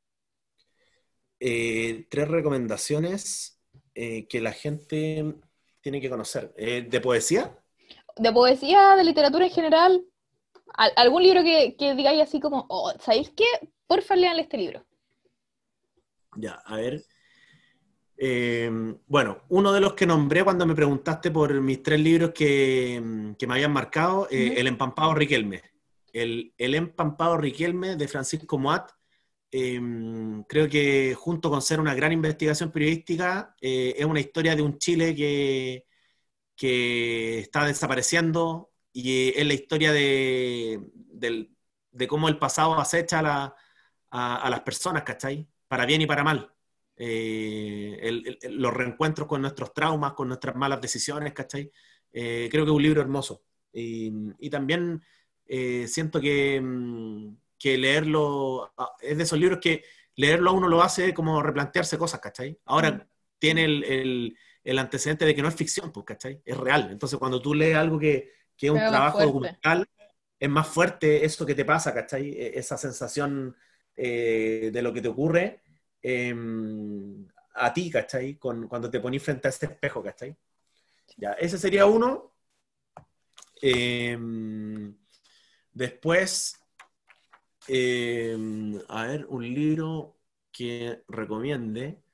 Eh, tres recomendaciones eh, que la gente tiene que conocer. Eh, ¿de poesía? De poesía, de literatura en general, al- algún libro que, que digáis así como, oh, ¿sabéis qué? Porfa, lean este libro. Ya, a ver. Eh, bueno, uno de los que nombré cuando me preguntaste por mis tres libros que, que me habían marcado, eh, Ujú. El Empampado Riquelme. El, El Empampado Riquelme de Francisco Moat, eh, creo que junto con ser una gran investigación periodística, eh, es una historia de un Chile que, que está desapareciendo y es la historia de, del- de cómo el pasado acecha a, la- a- a las personas, ¿cachai? Para bien y para mal. Eh, el- el- los reencuentros con nuestros traumas, con nuestras malas decisiones, ¿cachai? Eh, creo que es un libro hermoso. Y, y también eh, siento que, mm, que leerlo, ah, es de esos libros que leerlo a uno lo hace como replantearse cosas, ¿cachai? Mm. Ahora tiene el, el- el antecedente de que no es ficción, pues, ¿cachai? Es real. Entonces, cuando tú lees algo que, que es un Pero más trabajo fuerte. documental, es más fuerte eso que te pasa, ¿cachai? E- Esa sensación eh, de lo que te ocurre eh, a ti, ¿cachai? Con, cuando te ponís frente a ese espejo, ¿cachai? Ya, ese sería uno. Eh, Después, eh, a ver, un libro que recomiende.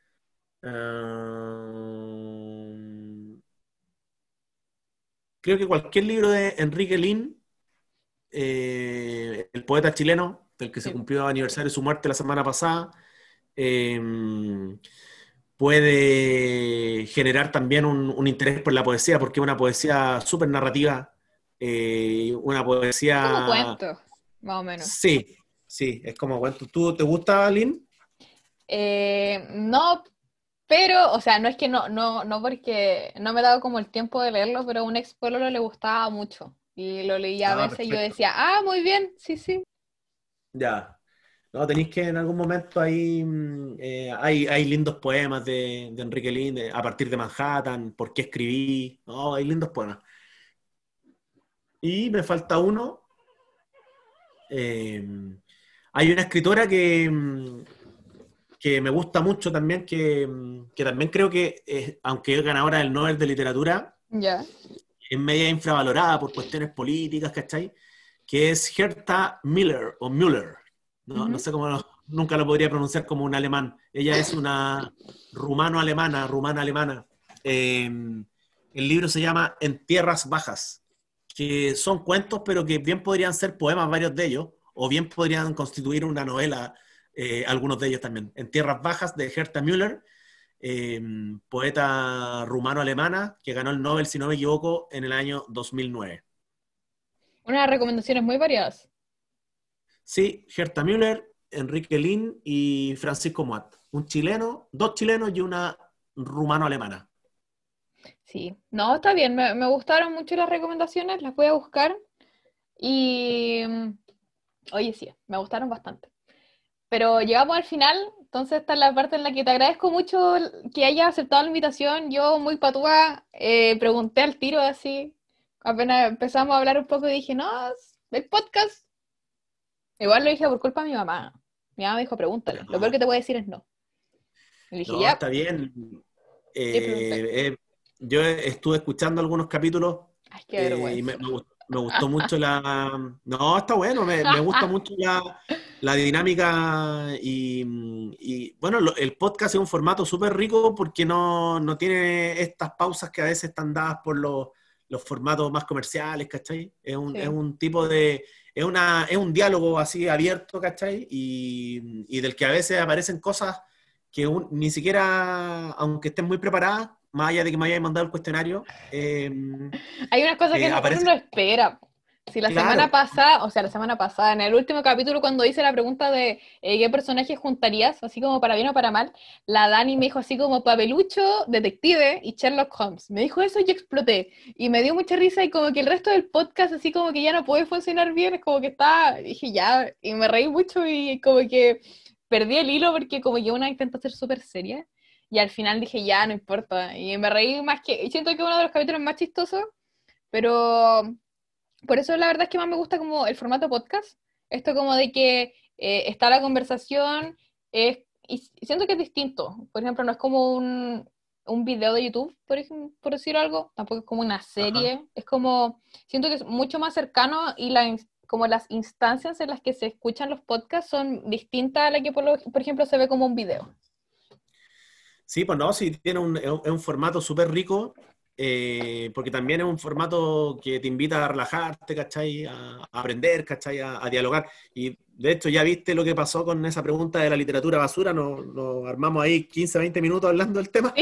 Ah, creo que cualquier libro de Enrique Lin, eh, el poeta chileno, del que se Sí. cumplió aniversario de su muerte la semana pasada, eh, puede generar también un, un interés por la poesía, porque es una poesía súper narrativa, eh, una Como poesía... cuentos, más o menos. Sí, sí, es como cuento. ¿Tú te gusta, Lin? Eh, no, pero, o sea, no es que no, no, no porque no me he dado como el tiempo de leerlo, pero a un ex pololo le gustaba mucho. Y lo leía a Ah, veces y yo perfecto. decía, ah, muy bien, sí, sí. Ya. No, tenéis que en algún momento ahí mm, eh, hay, hay lindos poemas de, de Enrique Lin, a partir de Manhattan, ¿por qué escribí? No, hay lindos poemas. Y me falta uno. eh, Hay una escritora que, mm, que me gusta mucho también, que, mm, que también creo que, eh, aunque es ganadora del Nobel de Literatura, Ya. es media infravalorada por cuestiones políticas, ¿cachai? Que es Herta Miller, o Müller. No, no Ujú. sé cómo, lo- nunca lo podría pronunciar como un alemán. Ella es una rumano-alemana, rumana-alemana. Eh, el libro se llama En Tierras Bajas, que son cuentos, pero que bien podrían ser poemas varios de ellos, o bien podrían constituir una novela, eh, algunos de ellos también. En Tierras Bajas, de Herta Müller, eh, poeta rumano-alemana, que ganó el Nobel, si no me equivoco, en el año dos mil nueve. Unas recomendaciones muy variadas. Sí, Herta Müller, Enrique Lin y Francisco Moat. Un chileno, dos chilenos y una rumano-alemana. Sí. No, está bien, me, me gustaron mucho las recomendaciones, las voy a buscar. Y, mm, oye, sí, me gustaron bastante. Pero llegamos al final, entonces esta es la parte en la que te agradezco mucho que hayas aceptado la invitación. Yo, muy patúa, eh, pregunté al tiro así, apenas empezamos a hablar un poco y dije, no, el podcast. Igual lo dije por culpa de mi mamá. Mi mamá me dijo, pregúntale. Lo peor No, que te puede decir es no. Y le dije, no, ya, está bien. y pregunté. Eh, eh, yo estuve escuchando algunos capítulos Ay, qué eh, y me, vergüenza. me gustó, me gustó mucho la... No, está bueno, me, me gusta mucho la, la dinámica y, y, bueno, lo- el podcast es un formato súper rico porque no, no tiene estas pausas que a veces están dadas por los, los formatos más comerciales, ¿cachai? Es un, es Sí. un tipo de... Es, una, es un diálogo así abierto, ¿cachai? Y, y del que a veces aparecen cosas que un- ni siquiera, aunque estén muy preparadas, más allá de que me hayáis mandado el cuestionario, eh, Hay unas cosas que eh, no- uno aparece, no espera. Si la semana claro, pasada, o sea, la semana pasada, en el último capítulo, cuando hice la pregunta de eh, qué personaje juntarías, así como para bien o para mal, la Dani me dijo así como Papelucho, Detective y Sherlock Holmes. Me dijo eso y yo exploté. Y me dio mucha risa y como que el resto del podcast así como que ya no puede funcionar bien, es como que está, dije ya, y me reí mucho y como que perdí el hilo porque como que una intentó ser súper seria y al final dije ya, no importa. Y me reí más que, y siento que uno de los capítulos más chistosos, pero por eso la verdad es que más me gusta como el formato podcast. Esto como de que eh, está la conversación, es, y siento que es distinto. Por ejemplo, no es como un, un video de YouTube, por ejemplo, por decir algo, tampoco es como una ajá. serie. Es como, siento que es mucho más cercano y la, ins- como las instancias en las que se escuchan los podcasts son distintas a la que por, lo- por ejemplo se ve como un video. Sí, pues no, sí, tiene un, es un, es un formato súper rico, eh, porque también es un formato que te invita a relajarte, ¿cachai? A, a aprender, ¿cachai? A, a dialogar. Y de hecho, ya viste lo que pasó con esa pregunta de la literatura basura, nos, nos armamos ahí quince, veinte minutos hablando del tema.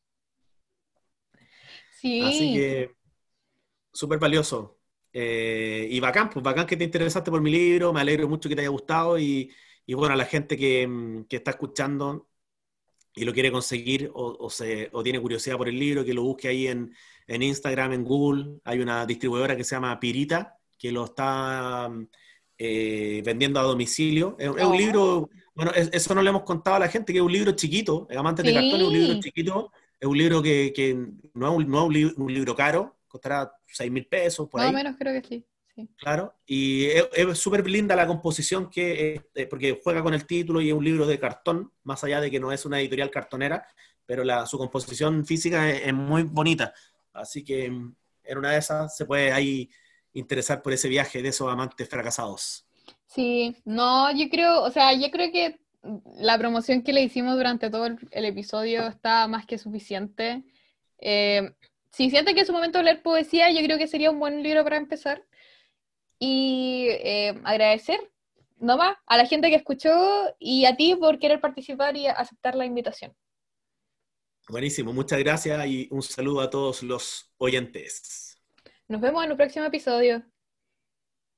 Así Sí, que súper valioso. Eh, y bacán, pues bacán que te interesaste por mi libro, me alegro mucho que te haya gustado y, y bueno, a la gente que, mm, que está escuchando y lo quiere conseguir o, o se, o tiene curiosidad por el libro, que lo busque ahí en, en Instagram, en Google. Hay una distribuidora que se llama Pirita, que lo está mm, eh, vendiendo a domicilio. Es, es un oh, libro, bueno, es- eso no le hemos contado a la gente, que es un libro chiquito, eh, Amantes de Cartón es un libro sí, chiquito, es un libro que, que no es un, no es un li- un libro caro, costará seis mil pesos por más o ahí. menos creo que sí. Sí. Claro, y es es súper linda la composición que, eh, porque juega con el título y es un libro de cartón, más allá de que no es una editorial cartonera, pero la, su composición física es, es muy bonita. Así que mm, en una de esas se puede ahí interesar por ese viaje de esos amantes fracasados. Sí, no, yo creo, o sea, yo creo que la promoción que le hicimos durante todo el, el episodio está más que suficiente. Eh, si siente que es su momento de leer poesía, yo creo que sería un buen libro para empezar. Y eh, agradecer nomás a la gente que escuchó y a ti por querer participar y aceptar la invitación. Buenísimo, muchas gracias y un saludo a todos los oyentes. Nos vemos en un próximo episodio.